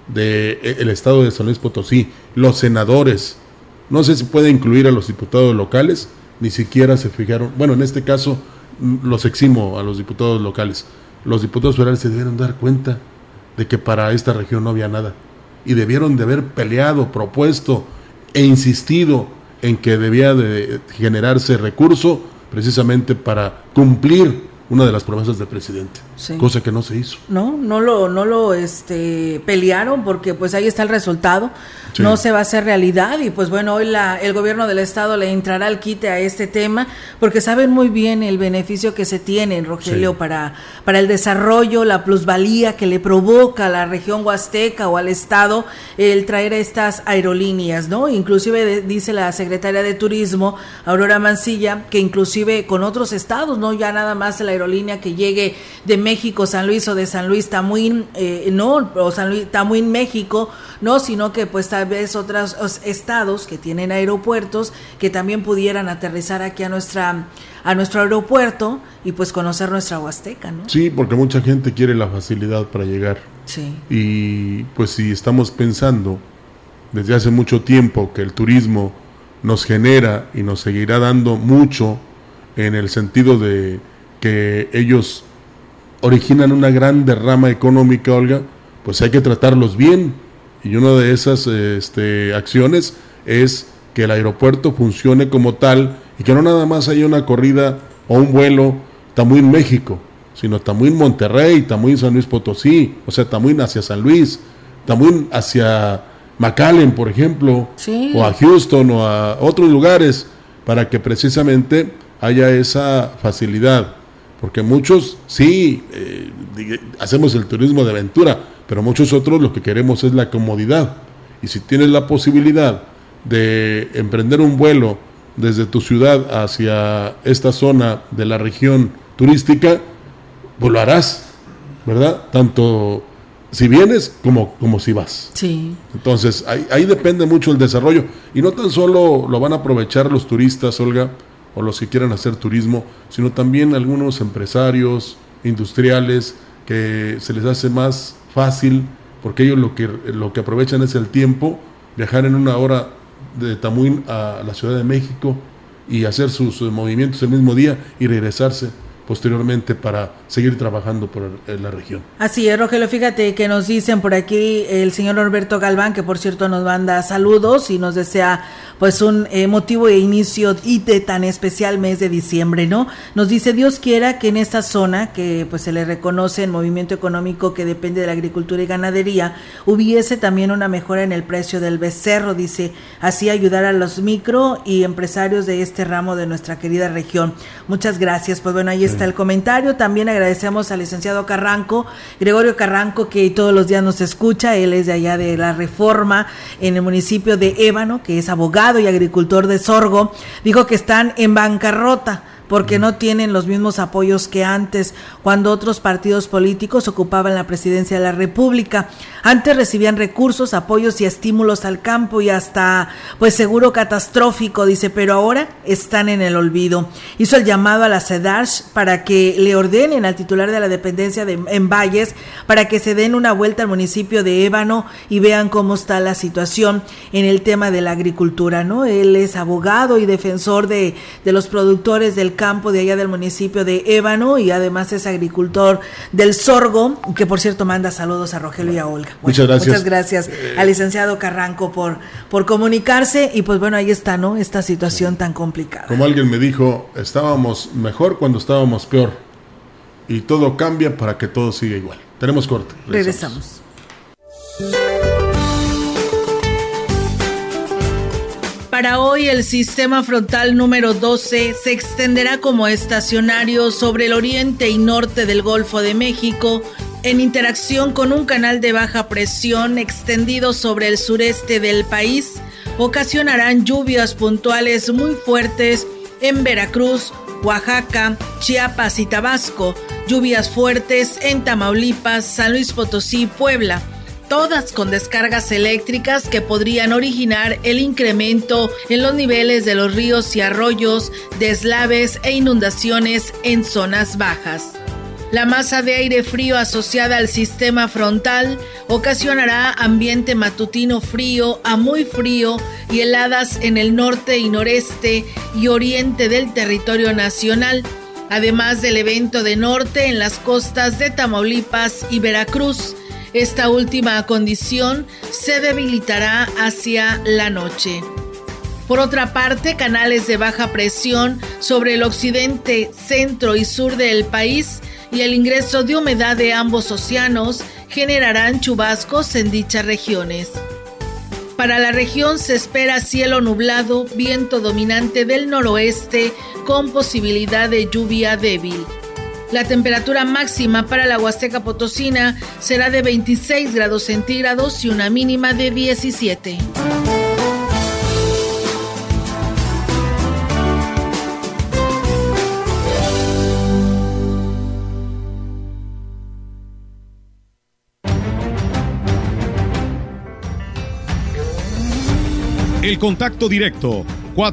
del estado de San Luis Potosí, los senadores, no sé si puede incluir a los diputados locales, ni siquiera se fijaron. Bueno, en este caso los eximo a los diputados locales. Los diputados federales se debieron dar cuenta de que para esta región no había nada. Y debieron de haber peleado, propuesto e insistido en que debía de generarse recurso precisamente para cumplir una de las promesas del presidente, sí. Cosa que no se hizo. No lo pelearon, porque pues ahí está el resultado, sí. No se va a hacer realidad, y pues bueno, hoy el gobierno del estado le entrará al quite a este tema, porque saben muy bien el beneficio que se tiene, Rogelio, sí. para el desarrollo, la plusvalía que le provoca a la región huasteca o al estado el traer a estas aerolíneas, ¿no? Inclusive dice la secretaria de Turismo, Aurora Mancilla, que inclusive con otros estados, no ya nada más la aerolínea que llegue de México, San Luis, o de San Luis, Tamuín, o San Luis, Tamuín, México, no, sino que pues tal vez otros estados que tienen aeropuertos que también pudieran aterrizar aquí a nuestro aeropuerto y pues conocer nuestra Huasteca, ¿no? Sí, porque mucha gente quiere la facilidad para llegar. Sí. Y pues si estamos pensando desde hace mucho tiempo que el turismo nos genera y nos seguirá dando mucho, en el sentido de que ellos originan una gran derrama económica, Olga, pues hay que tratarlos bien, y una de esas acciones es que el aeropuerto funcione como tal, y que no nada más haya una corrida o un vuelo Tamuín México, sino Tamuín Monterrey, Tamuín San Luis Potosí, o sea, Tamuín hacia San Luis, Tamuín hacia McAllen, por ejemplo, sí. O a Houston o a otros lugares, para que precisamente haya esa facilidad. Porque muchos sí hacemos el turismo de aventura, pero muchos otros lo que queremos es la comodidad. Y si tienes la posibilidad de emprender un vuelo desde tu ciudad hacia esta zona de la región turística, pues lo harás, ¿verdad? Tanto si vienes como si vas. Sí. Entonces ahí depende mucho el desarrollo, y no tan solo lo van a aprovechar los turistas, Olga, o los que quieran hacer turismo, sino también algunos empresarios, industriales, que se les hace más fácil, porque ellos lo que aprovechan es el tiempo, viajar en 1 hora de Tamuín a la Ciudad de México y hacer sus movimientos el mismo día y regresarse posteriormente para seguir trabajando por la región. Así es, Rogelio, fíjate que nos dicen por aquí el señor Norberto Galván, que por cierto nos manda saludos y nos desea pues un motivo de inicio y de tan especial mes de diciembre, ¿no? Nos dice: Dios quiera que en esta zona, que pues se le reconoce en movimiento económico que depende de la agricultura y ganadería, hubiese también una mejora en el precio del becerro, dice, así ayudar a los micro y empresarios de este ramo de nuestra querida región. Muchas gracias. Pues bueno, ahí está el comentario. También agradecemos al licenciado Carranco, Gregorio Carranco, que todos los días nos escucha. Él es de allá de La Reforma, en el municipio de Ébano, que es abogado y agricultor de sorgo. Dijo que están en bancarrota porque no tienen los mismos apoyos que antes, cuando otros partidos políticos ocupaban la presidencia de la República. Antes recibían recursos, apoyos y estímulos al campo y hasta pues seguro catastrófico, dice, pero ahora están en el olvido. Hizo el llamado a la CEDARS para que le ordenen al titular de la dependencia en Valles para que se den una vuelta al municipio de Ébano y vean cómo está la situación en el tema de la agricultura, ¿no? Él es abogado y defensor de los productores del campo de allá del municipio de Ébano, y además es agricultor del sorgo, que por cierto manda saludos a Rogelio y a Olga. Muchas gracias. Muchas gracias al licenciado Carranco por comunicarse, y pues bueno, ahí está, ¿no? Esta situación tan complicada. Como alguien me dijo, estábamos mejor cuando estábamos peor, y todo cambia para que todo siga igual. Tenemos corte. Regresamos. Para hoy, el sistema frontal número 12 se extenderá como estacionario sobre el oriente y norte del Golfo de México, en interacción con un canal de baja presión extendido sobre el sureste del país. Ocasionarán lluvias puntuales muy fuertes en Veracruz, Oaxaca, Chiapas y Tabasco, lluvias fuertes en Tamaulipas, San Luis Potosí y Puebla, todas con descargas eléctricas que podrían originar el incremento en los niveles de los ríos y arroyos, deslaves e inundaciones en zonas bajas. La masa de aire frío asociada al sistema frontal ocasionará ambiente matutino frío a muy frío y heladas en el norte y noreste y oriente del territorio nacional, además del evento de norte en las costas de Tamaulipas y Veracruz. Esta última condición se debilitará hacia la noche. Por otra parte, canales de baja presión sobre el occidente, centro y sur del país y el ingreso de humedad de ambos océanos generarán chubascos en dichas regiones. Para la región se espera cielo nublado, viento dominante del noroeste con posibilidad de lluvia débil. La temperatura máxima para la Huasteca Potosina será de 26 grados centígrados y una mínima de 17. El contacto directo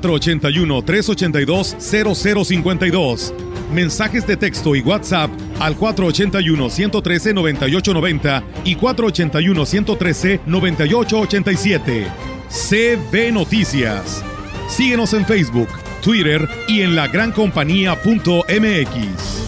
481-382-0052. Mensajes de texto y WhatsApp al 481-113-9890 y 481-113-9887. CB Noticias. Síguenos en Facebook, Twitter y en lagrancompañía.mx.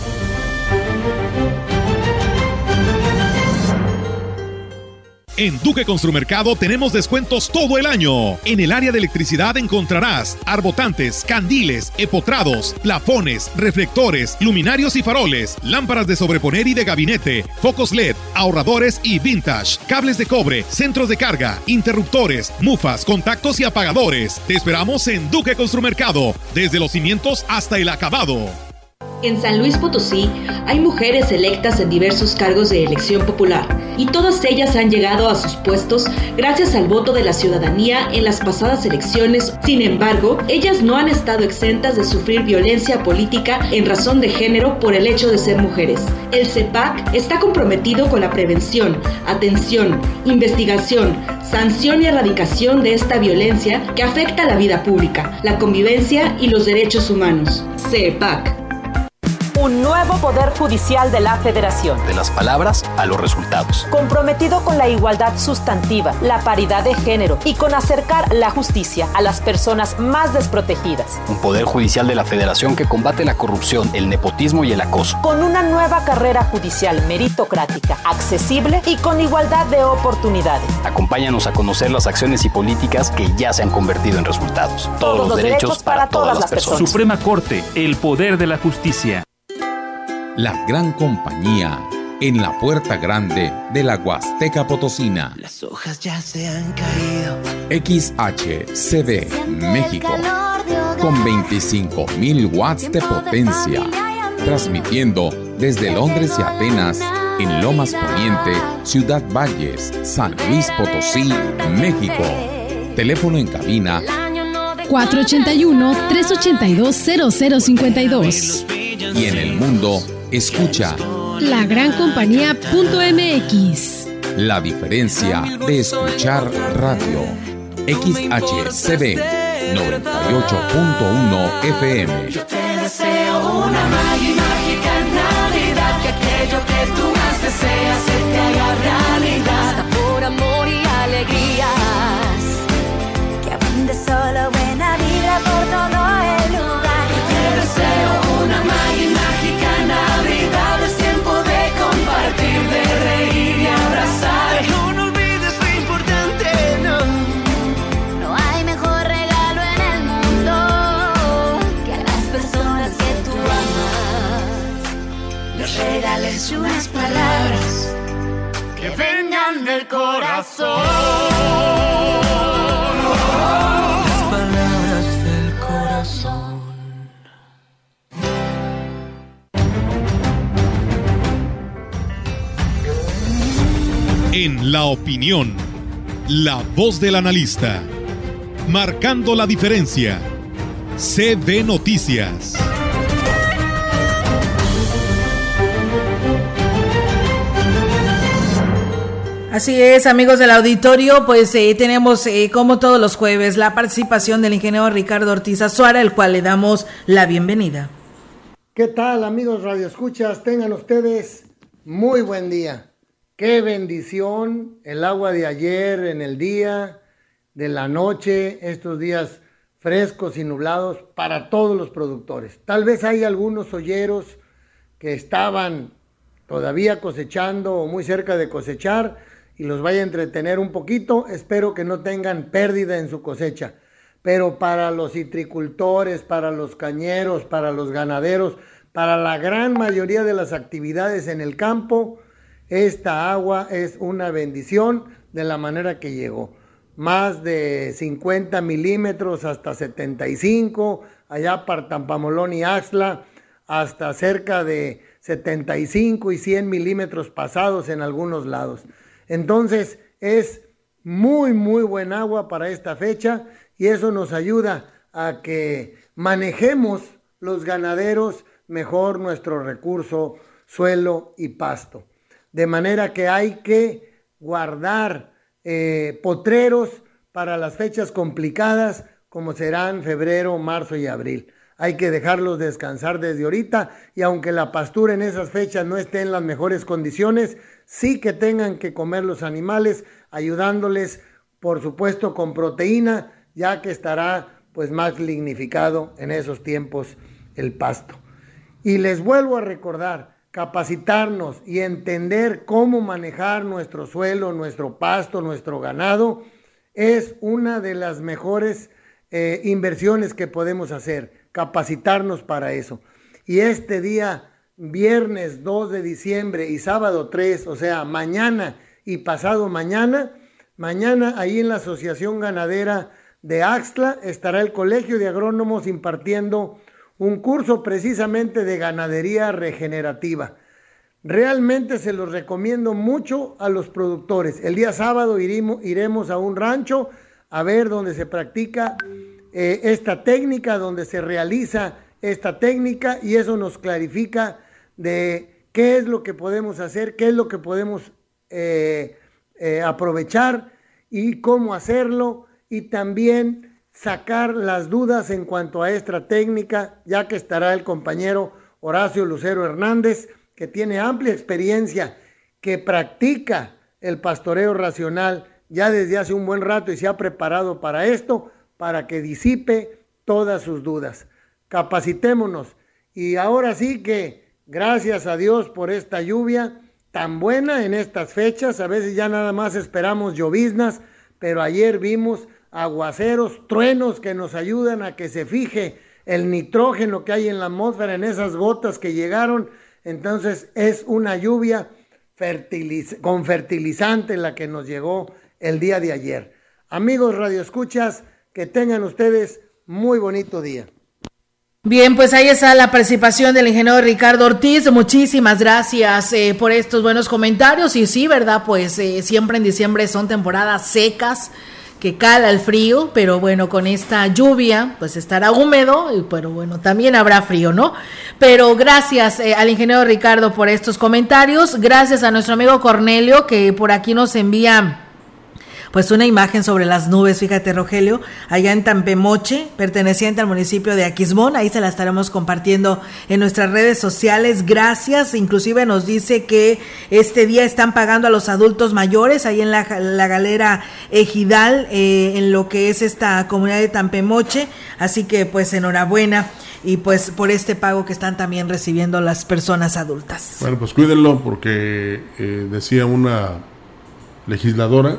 En Duque Construmercado tenemos descuentos todo el año. En el área de electricidad encontrarás arbotantes, candiles, epotrados, plafones, reflectores, luminarios y faroles, lámparas de sobreponer y de gabinete, focos LED, ahorradores y vintage, cables de cobre, centros de carga, interruptores, mufas, contactos y apagadores. Te esperamos en Duque Construmercado, desde los cimientos hasta el acabado. En San Luis Potosí hay mujeres electas en diversos cargos de elección popular y todas ellas han llegado a sus puestos gracias al voto de la ciudadanía en las pasadas elecciones. Sin embargo, ellas no han estado exentas de sufrir violencia política en razón de género por el hecho de ser mujeres. El CEPAC está comprometido con la prevención, atención, investigación, sanción y erradicación de esta violencia que afecta a la vida pública, la convivencia y los derechos humanos. CEPAC. Un nuevo Poder Judicial de la Federación. De las palabras a los resultados. Comprometido con la igualdad sustantiva, la paridad de género y con acercar la justicia a las personas más desprotegidas. Un Poder Judicial de la Federación que combate la corrupción, el nepotismo y el acoso. Con una nueva carrera judicial meritocrática, accesible y con igualdad de oportunidades. Acompáñanos a conocer las acciones y políticas que ya se han convertido en resultados. Todos los derechos para todas las personas. Suprema Corte, el poder de la justicia. La Gran Compañía, en la puerta grande de la Huasteca Potosina. Las hojas ya se han caído. XHCD, México, con 25,000 watts de potencia, transmitiendo desde Londres y Atenas, en Lomas Poniente, Ciudad Valles, San Luis Potosí, México. Teléfono en cabina 481-382-0052. Y en el mundo, escucha lagrancompañía.mx. La diferencia de escuchar radio. XHCB 98.1 FM. Yo te deseo una mágica Navidad, que aquello que tú más deseas se te haga realidad. Por amor y alegrías, que abunde solo buena vibra por todo el lugar. Yo te deseo una mágica Navidad, es tiempo de compartir, de reír y abrazar. No olvides lo importante, no. No hay mejor regalo en el mundo que a las personas que tú amas les regales unas palabras que vengan del corazón. Las palabras del corazón. En La Opinión, la voz del analista, marcando la diferencia. CB Noticias. Así es, amigos del auditorio, pues tenemos como todos los jueves la participación del ingeniero Ricardo Ortiz Azuara, el cual le damos la bienvenida. ¿Qué tal, amigos radioescuchas? Tengan ustedes muy buen día. Qué bendición el agua de ayer en el día, de la noche, estos días frescos y nublados para todos los productores. Tal vez hay algunos olleros que estaban todavía cosechando o muy cerca de cosechar y los vaya a entretener un poquito, espero que no tengan pérdida en su cosecha. Pero para los citricultores, para los cañeros, para los ganaderos, para la gran mayoría de las actividades en el campo, esta agua es una bendición de la manera que llegó. Más de 50 milímetros hasta 75, allá para Tampamolón y Axtla, hasta cerca de 75 y 100 milímetros pasados en algunos lados. Entonces es muy buen agua para esta fecha y eso nos ayuda a que manejemos los ganaderos mejor nuestro recurso, suelo y pasto. De manera que hay que guardar potreros para las fechas complicadas como serán febrero, marzo y abril. Hay que dejarlos descansar desde ahorita y aunque la pastura en esas fechas no esté en las mejores condiciones, sí que tengan que comer los animales, ayudándoles por supuesto con proteína, ya que estará pues más lignificado en esos tiempos el pasto. Y les vuelvo a recordar, capacitarnos y entender cómo manejar nuestro suelo, nuestro pasto, nuestro ganado, es una de las mejores inversiones que podemos hacer, capacitarnos para eso. Y este día, viernes 2 de diciembre y sábado 3, o sea, mañana y pasado mañana ahí en la Asociación Ganadera de Axtla estará el Colegio de Agrónomos impartiendo un curso precisamente de ganadería regenerativa. Realmente se los recomiendo mucho a los productores. El día sábado iremos a un rancho a ver dónde se practica esta técnica, donde se realiza esta técnica y eso nos clarifica de qué es lo que podemos hacer, qué es lo que podemos aprovechar y cómo hacerlo y también sacar las dudas en cuanto a esta técnica, ya que estará el compañero Horacio Lucero Hernández, que tiene amplia experiencia, que practica el pastoreo racional ya desde hace un buen rato y se ha preparado para esto, para que disipe todas sus dudas. Capacitémonos y ahora sí que gracias a Dios por esta lluvia tan buena en estas fechas. A veces ya nada más esperamos lloviznas, pero ayer vimos aguaceros, truenos que nos ayudan a que se fije el nitrógeno que hay en la atmósfera en esas gotas que llegaron. Entonces es una lluvia con fertilizante la que nos llegó el día de ayer. Amigos radioescuchas, que tengan ustedes muy bonito día. Bien, pues ahí está la participación del ingeniero Ricardo Ortiz. Muchísimas gracias por estos buenos comentarios. Y sí, ¿verdad? Pues siempre en diciembre son temporadas secas, que cala el frío, pero bueno, con esta lluvia pues estará húmedo, pero bueno, también habrá frío, ¿no? Pero gracias al ingeniero Ricardo por estos comentarios. Gracias a nuestro amigo Cornelio, que por aquí nos envía pues una imagen sobre las nubes, fíjate, Rogelio, allá en Tampemoche, perteneciente al municipio de Aquismón. Ahí se la estaremos compartiendo en nuestras redes sociales. Gracias, inclusive nos dice que este día están pagando a los adultos mayores ahí en la galera ejidal, en lo que es esta comunidad de Tampemoche, así que pues enhorabuena y pues por este pago que están también recibiendo las personas adultas. Bueno, pues cuídenlo porque decía una legisladora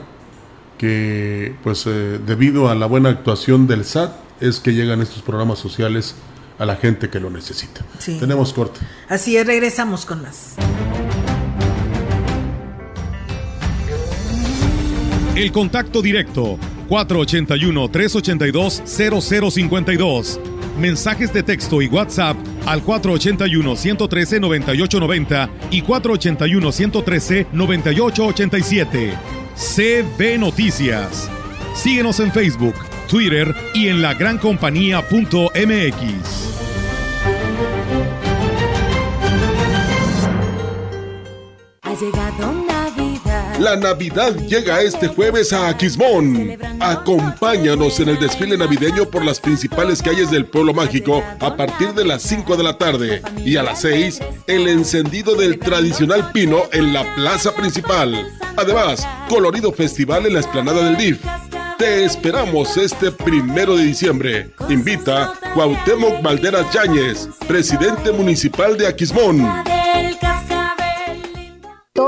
que pues debido a la buena actuación del SAT es que llegan estos programas sociales a la gente que lo necesita. Sí. Tenemos corte. Así es, regresamos con más. El contacto directo 481-382-0052. Mensajes de texto y WhatsApp al 481-113-9890 y 481-113-9887. CB Noticias. Síguenos en Facebook, Twitter y en lagrancompañía.mx. Ha llegado Navidad. La Navidad llega este jueves a Aquismón. Acompáñanos en el desfile navideño por las principales calles del pueblo mágico a partir de las 5 de la tarde. Y a las 6, el encendido del tradicional pino en la plaza principal. Además, colorido festival en la explanada del DIF. Te esperamos este 1 de diciembre. Invita Cuauhtémoc Valderas Yáñez, presidente municipal de Aquismón.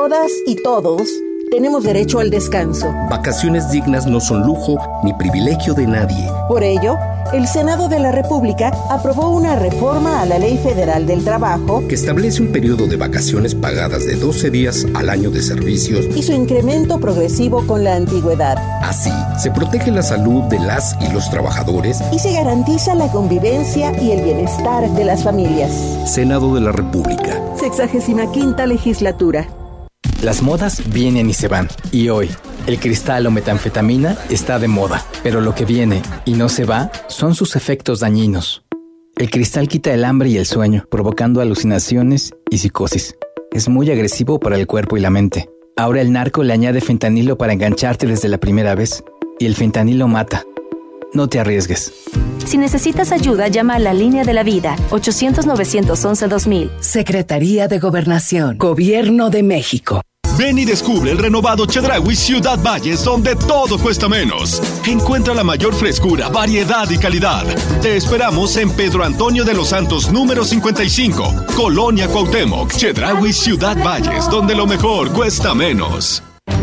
Todas y todos tenemos derecho al descanso. Vacaciones dignas no son lujo ni privilegio de nadie. Por ello, el Senado de la República aprobó una reforma a la Ley Federal del Trabajo que establece un periodo de vacaciones pagadas de 12 días al año de servicios y su incremento progresivo con la antigüedad. Así, se protege la salud de las y los trabajadores y se garantiza la convivencia y el bienestar de las familias. Senado de la República. 65ª Legislatura. Las modas vienen y se van, y hoy, el cristal o metanfetamina está de moda, pero lo que viene y no se va son sus efectos dañinos. El cristal quita el hambre y el sueño, provocando alucinaciones y psicosis. Es muy agresivo para el cuerpo y la mente. Ahora el narco le añade fentanilo para engancharte desde la primera vez, y el fentanilo mata. No te arriesgues. Si necesitas ayuda, llama a la Línea de la Vida, 800-911-2000. Secretaría de Gobernación, Gobierno de México. Ven y descubre el renovado Chedraui Ciudad Valles, donde todo cuesta menos. Encuentra la mayor frescura, variedad y calidad. Te esperamos en Pedro Antonio de los Santos, número 55, Colonia Cuauhtémoc. Chedraui Ciudad Valles, donde lo mejor cuesta menos.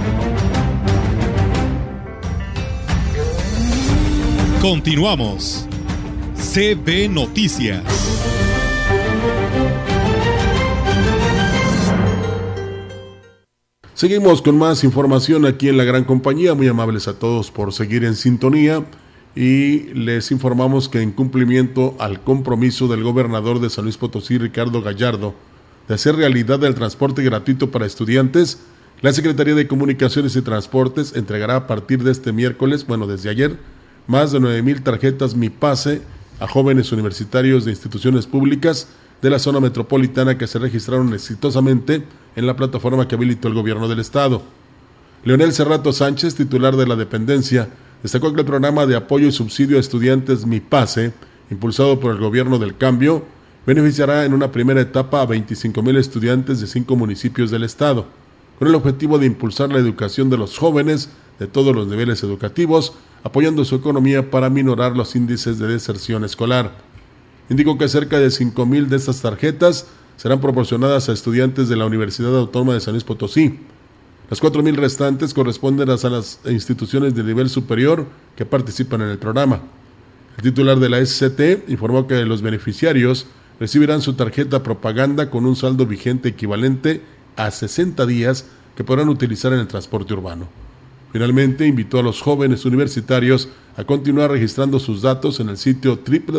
Continuamos. CB Noticias. Seguimos con más información aquí en la gran compañía. Muy amables a todos por seguir en sintonía, y les informamos que en cumplimiento al compromiso del gobernador de San Luis Potosí, Ricardo Gallardo, de hacer realidad el transporte gratuito para estudiantes, la Secretaría de Comunicaciones y Transportes entregará a partir de este miércoles, desde ayer, más de 9,000 tarjetas Mi Pase a jóvenes universitarios de instituciones públicas de la zona metropolitana que se registraron exitosamente en la plataforma que habilitó el gobierno del estado. Leonel Cerrato Sánchez, titular de la dependencia, destacó que el programa de apoyo y subsidio a estudiantes Mi Pase, impulsado por el gobierno del cambio, beneficiará en una primera etapa a 25,000 estudiantes de 5 municipios del estado, con el objetivo de impulsar la educación de los jóvenes de todos los niveles educativos, apoyando su economía para minorar los índices de deserción escolar. Indicó que cerca de 5,000 de estas tarjetas serán proporcionadas a estudiantes de la Universidad Autónoma de San Luis Potosí. Las 4,000 restantes corresponden a las instituciones de nivel superior que participan en el programa. El titular de la SCT informó que los beneficiarios recibirán su tarjeta propaganda con un saldo vigente equivalente a 60 días que podrán utilizar en el transporte urbano. Finalmente, invitó a los jóvenes universitarios a continuar registrando sus datos en el sitio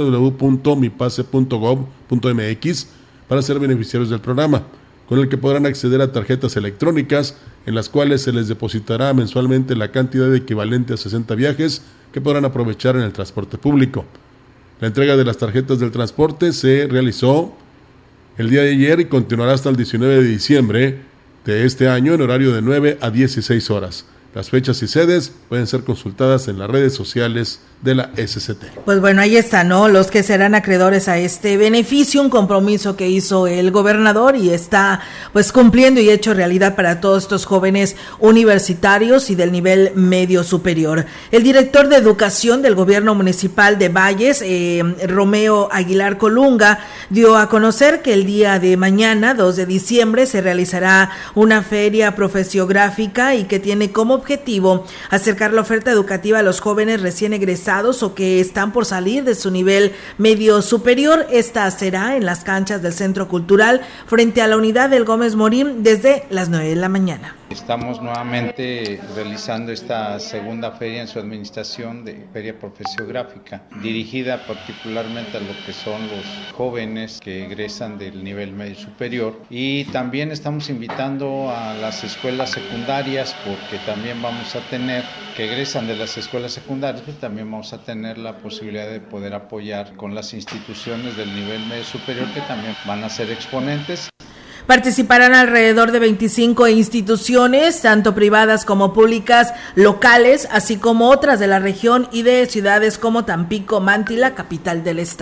www.mipase.gov.mx para ser beneficiarios del programa, con el que podrán acceder a tarjetas electrónicas en las cuales se les depositará mensualmente la cantidad equivalente a 60 viajes que podrán aprovechar en el transporte público. La entrega de las tarjetas del transporte se realizó el día de ayer y continuará hasta el 19 de diciembre de este año en horario de 9 a 16 horas. Las fechas y sedes pueden ser consultadas en las redes sociales de la SCT. Pues bueno, ahí está, ¿no? Los que serán acreedores a este beneficio, un compromiso que hizo el gobernador y está pues cumpliendo y hecho realidad para todos estos jóvenes universitarios y del nivel medio superior. El director de Educación del Gobierno Municipal de Valles, Romeo Aguilar Colunga, dio a conocer que el día de mañana, 2 de diciembre, se realizará una feria profesiográfica y que tiene como objetivo acercar la oferta educativa a los jóvenes recién egresados o que están por salir de su nivel medio superior. Esta será en las canchas del Centro Cultural frente a la unidad del Gómez Morín desde las 9 de la mañana. Estamos nuevamente realizando esta segunda feria en su administración de feria profesiográfica, dirigida particularmente a lo que son los jóvenes que egresan del nivel medio superior, y también estamos invitando a las escuelas secundarias porque también vamos a tener, que egresan de las escuelas secundarias, pues también vamos a tener la posibilidad de poder apoyar con las instituciones del nivel medio superior que también van a ser exponentes. Participarán alrededor de 25 instituciones, tanto privadas como públicas, locales, así como otras de la región y de ciudades como Tampico, Mantila, capital del estado.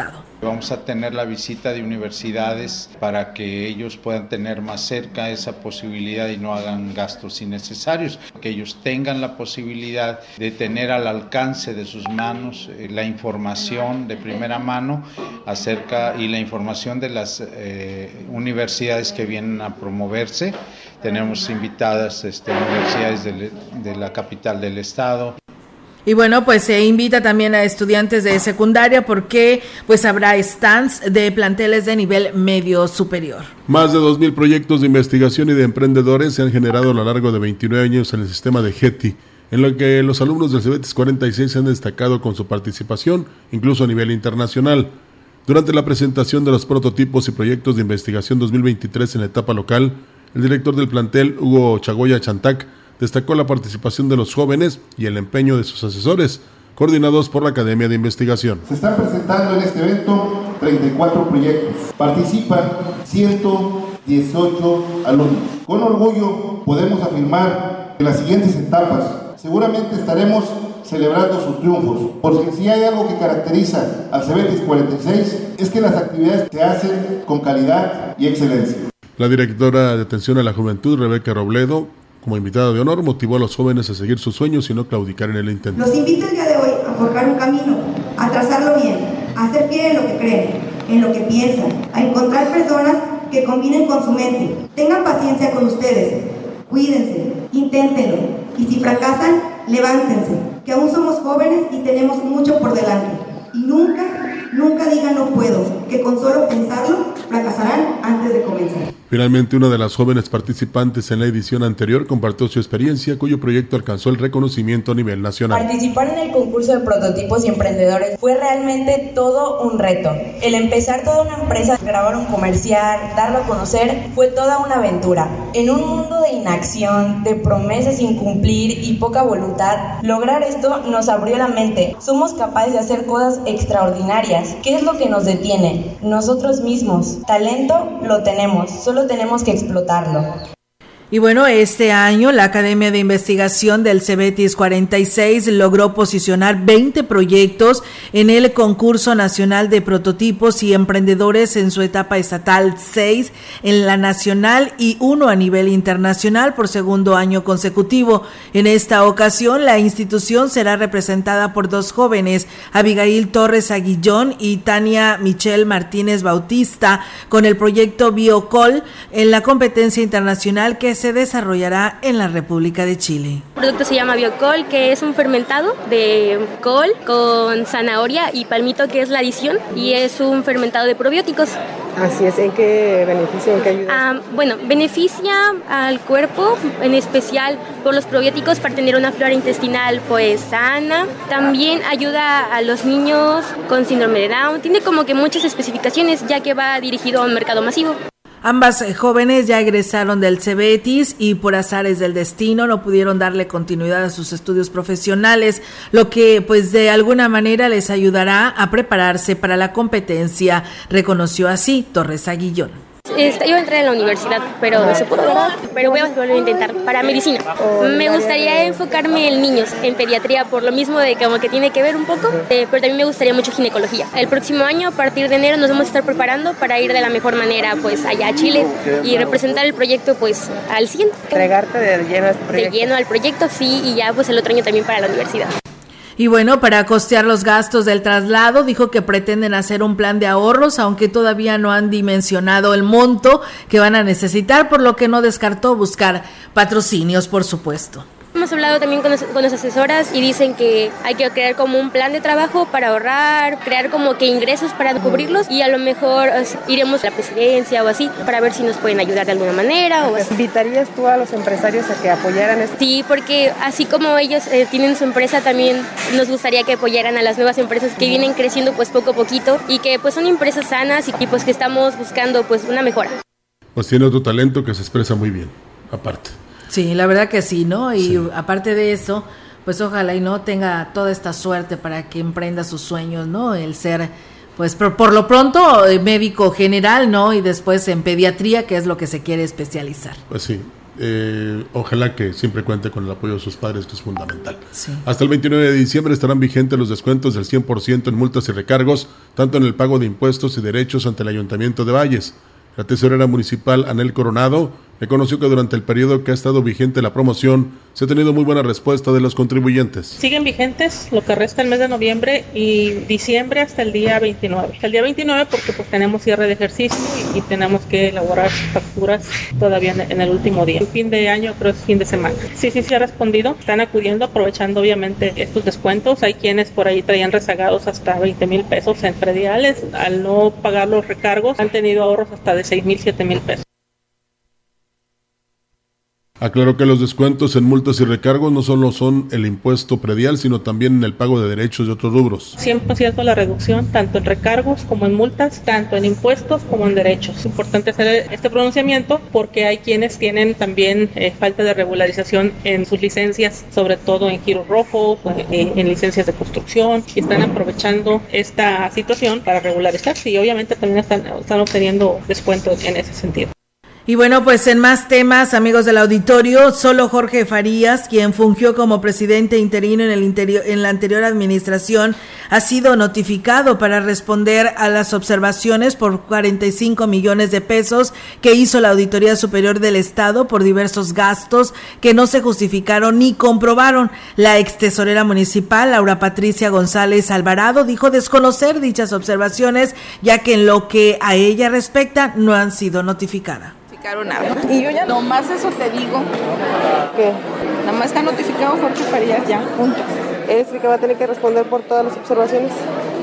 Vamos a tener la visita de universidades para que ellos puedan tener más cerca esa posibilidad y no hagan gastos innecesarios, que ellos tengan la posibilidad de tener al alcance de sus manos la información de primera mano acerca y la información de las universidades que vienen a promoverse. Tenemos invitadas universidades de la capital del estado. Y bueno, pues se invita también a estudiantes de secundaria porque pues habrá stands de planteles de nivel medio superior. Más de 2,000 proyectos de investigación y de emprendedores se han generado a lo largo de 29 años en el sistema de GETI, en lo que los alumnos del CEBETIS 46 se han destacado con su participación, incluso a nivel internacional. Durante la presentación de los prototipos y proyectos de investigación 2023 en la etapa local, el director del plantel, Hugo Chagoya Chantac, destacó la participación de los jóvenes y el empeño de sus asesores, coordinados por la Academia de Investigación. Se están presentando en este evento 34 proyectos. Participan 118 alumnos. Con orgullo podemos afirmar que las siguientes etapas seguramente estaremos celebrando sus triunfos, porque si hay algo que caracteriza al CEBETIS 46 es que las actividades se hacen con calidad y excelencia. La directora de Atención a la Juventud, Rebeca Robledo, como invitada de honor, motivó a los jóvenes a seguir sus sueños y no claudicar en el intento. Los invito el día de hoy a forjar un camino, a trazarlo bien, a ser fiel en lo que creen, en lo que piensan, a encontrar personas que combinen con su mente. Tengan paciencia con ustedes, cuídense, inténtenlo, y si fracasan, levántense, que aún somos jóvenes y tenemos mucho por delante. Y nunca digan no puedo, que con solo pensarlo fracasarán antes de comenzar. Finalmente, una de las jóvenes participantes en la edición anterior compartió su experiencia, cuyo proyecto alcanzó el reconocimiento a nivel nacional. Participar en el concurso de prototipos y emprendedores fue realmente todo un reto. El empezar toda una empresa, grabar un comercial, darlo a conocer, fue toda una aventura. En un mundo de inacción, de promesas sin cumplir y poca voluntad, lograr esto nos abrió la mente. Somos capaces de hacer cosas extraordinarias. ¿Qué es lo que nos detiene? Nosotros mismos. Talento lo tenemos, solo tenemos que explotarlo. Y bueno, este año la Academia de Investigación del CEBETIS 46 logró posicionar 20 proyectos en el Concurso Nacional de Prototipos y Emprendedores en su etapa estatal, 6 en la nacional y 1 a nivel internacional por segundo año consecutivo. En esta ocasión, la institución será representada por 2 jóvenes, Abigail Torres Aguillón y Tania Michelle Martínez Bautista, con el proyecto Biocol en la competencia internacional que se desarrollará en la República de Chile. El producto se llama Biocol, que es un fermentado de col con zanahoria y palmito, que es la adición, y es un fermentado de probióticos. Así es, ¿en qué beneficia, en qué ayuda? Bueno, beneficia al cuerpo, en especial por los probióticos, para tener una flora intestinal pues sana. También ayuda a los niños con síndrome de Down. Tiene como que muchas especificaciones, ya que va dirigido a un mercado masivo. Ambas jóvenes ya egresaron del CEBETIS y por azares del destino no pudieron darle continuidad a sus estudios profesionales, lo que pues de alguna manera les ayudará a prepararse para la competencia, reconoció así Torres Aguillón. Iba a entrar en la universidad, pero no se pudo, ¿verdad? Pero voy a volver a intentar para medicina. Me gustaría enfocarme en niños, en pediatría, por lo mismo de como que tiene que ver un poco, pero también me gustaría mucho ginecología. El próximo año, a partir de enero, nos vamos a estar preparando para ir de la mejor manera pues allá a Chile y representar el proyecto pues al 100. Entregarte de lleno a este proyecto. De lleno al proyecto, sí, y ya pues el otro año también para la universidad. Y bueno, para costear los gastos del traslado, dijo que pretenden hacer un plan de ahorros, aunque todavía no han dimensionado el monto que van a necesitar, por lo que no descartó buscar patrocinios, por supuesto. Hemos hablado también con las asesoras y dicen que hay que crear como un plan de trabajo para ahorrar, crear como que ingresos para cubrirlos y a lo mejor iremos a la presidencia o así para ver si nos pueden ayudar de alguna manera. O así. ¿Invitarías tú a los empresarios a que apoyaran esto? Sí, porque así como ellos tienen su empresa, también nos gustaría que apoyaran a las nuevas empresas que vienen creciendo pues poco a poquito y que pues son empresas sanas y pues que estamos buscando pues una mejora. Pues tiene otro talento que se expresa muy bien, aparte. Sí, la verdad que sí, ¿no? Y sí. Aparte de eso, pues ojalá y no tenga toda esta suerte para que emprenda sus sueños, ¿no? El ser, pues por lo pronto, médico general, ¿no? Y después en pediatría, que es lo que se quiere especializar. Pues sí, ojalá que siempre cuente con el apoyo de sus padres, que es fundamental. Sí. Hasta el 29 de diciembre estarán vigentes los descuentos del 100% en multas y recargos, tanto en el pago de impuestos y derechos ante el Ayuntamiento de Valles. La tesorera municipal, Anel Coronado, reconoció que durante el periodo que ha estado vigente la promoción, se ha tenido muy buena respuesta de los contribuyentes. Siguen vigentes lo que resta el mes de noviembre y diciembre hasta el día 29. Hasta el día 29 porque pues tenemos cierre de ejercicio y tenemos que elaborar facturas todavía en el último día. El fin de año creo es fin de semana. Sí ha respondido. Están acudiendo, aprovechando obviamente estos descuentos. Hay quienes por ahí traían rezagados hasta 20,000 pesos en prediales. Al no pagar los recargos han tenido ahorros hasta de 6,000, 7,000 pesos. Aclaró que los descuentos en multas y recargos no solo son el impuesto predial, sino también en el pago de derechos de otros rubros. 100% la reducción, tanto en recargos como en multas, tanto en impuestos como en derechos. Es importante hacer este pronunciamiento porque hay quienes tienen también falta de regularización en sus licencias, sobre todo en giro rojo, en licencias de construcción, y están aprovechando esta situación para regularizarse y obviamente también están obteniendo descuentos en ese sentido. Y bueno, pues en más temas, amigos del auditorio, solo Jorge Farías, quien fungió como presidente interino en la anterior administración, ha sido notificado para responder a las observaciones por 45 millones de pesos que hizo la Auditoría Superior del Estado por diversos gastos que no se justificaron ni comprobaron. La ex tesorera municipal, Laura Patricia González Alvarado, dijo desconocer dichas observaciones, ya que en lo que a ella respecta no han sido notificadas. Nada. Y yo ya nomás eso te digo, que nada más está notificado Jorge Farías ya, punto. ¿Es el que va a tener que responder por todas las observaciones?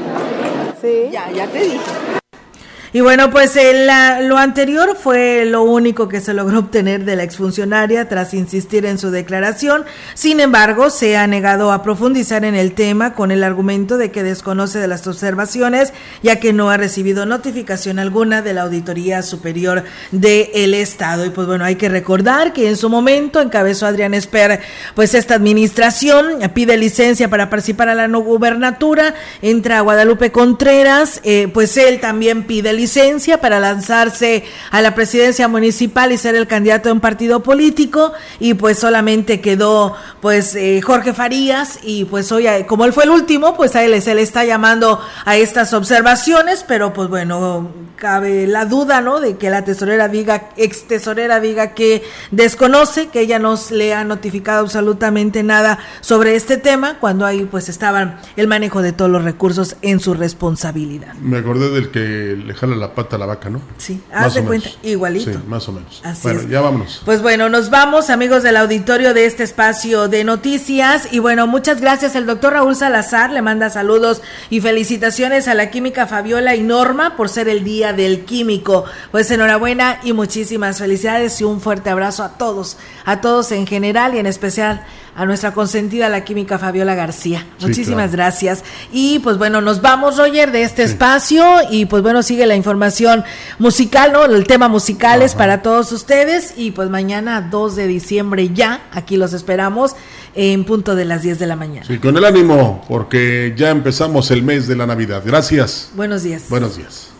Sí. Ya te dije. Y bueno, pues lo anterior fue lo único que se logró obtener de la exfuncionaria tras insistir en su declaración. Sin embargo, se ha negado a profundizar en el tema con el argumento de que desconoce de las observaciones, ya que no ha recibido notificación alguna de la Auditoría Superior del Estado. Y pues bueno, hay que recordar que en su momento encabezó Adrián Esper pues esta administración, pide licencia para participar a la no gubernatura, entra Guadalupe Contreras, pues él también pide licencia para lanzarse a la presidencia municipal y ser el candidato de un partido político, y pues solamente quedó pues Jorge Farías, y pues hoy, como él fue el último, pues a él se le está llamando a estas observaciones, pero pues bueno, cabe la duda, ¿no?, de que la ex tesorera diga que desconoce, que ella no le ha notificado absolutamente nada sobre este tema, cuando ahí pues estaban el manejo de todos los recursos en su responsabilidad. Me acordé del que le jala la pata a la vaca, ¿no? Sí, haz de cuenta, igualito. Sí, más o menos. Así bueno, es. Ya vámonos. Pues bueno, nos vamos, amigos del auditorio de este espacio de noticias, y bueno, muchas gracias. El doctor Raúl Salazar le manda saludos y felicitaciones a la química Fabiola y Norma por ser el Día del Químico. Pues enhorabuena y muchísimas felicidades y un fuerte abrazo a todos en general y en especial a nuestra consentida, la química Fabiola García. Sí, muchísimas gracias. Y pues bueno, nos vamos, Roger, de este espacio, y pues bueno, sigue la información musical, ¿no? El tema musical es para todos ustedes, y pues mañana 2 de diciembre ya, aquí los esperamos en punto de las 10 de la mañana. Sí, con el ánimo, porque ya empezamos el mes de la Navidad. Gracias. Buenos días. Buenos días.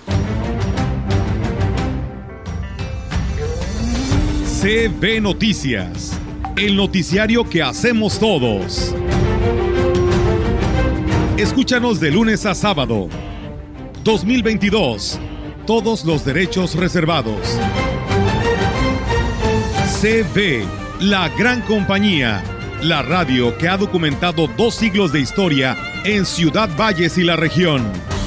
CB Noticias, el noticiario que hacemos todos. Escúchanos de lunes a sábado. 2022. Todos los derechos reservados. CB, la gran compañía. La radio que ha documentado 2 siglos de historia en Ciudad Valles y la región.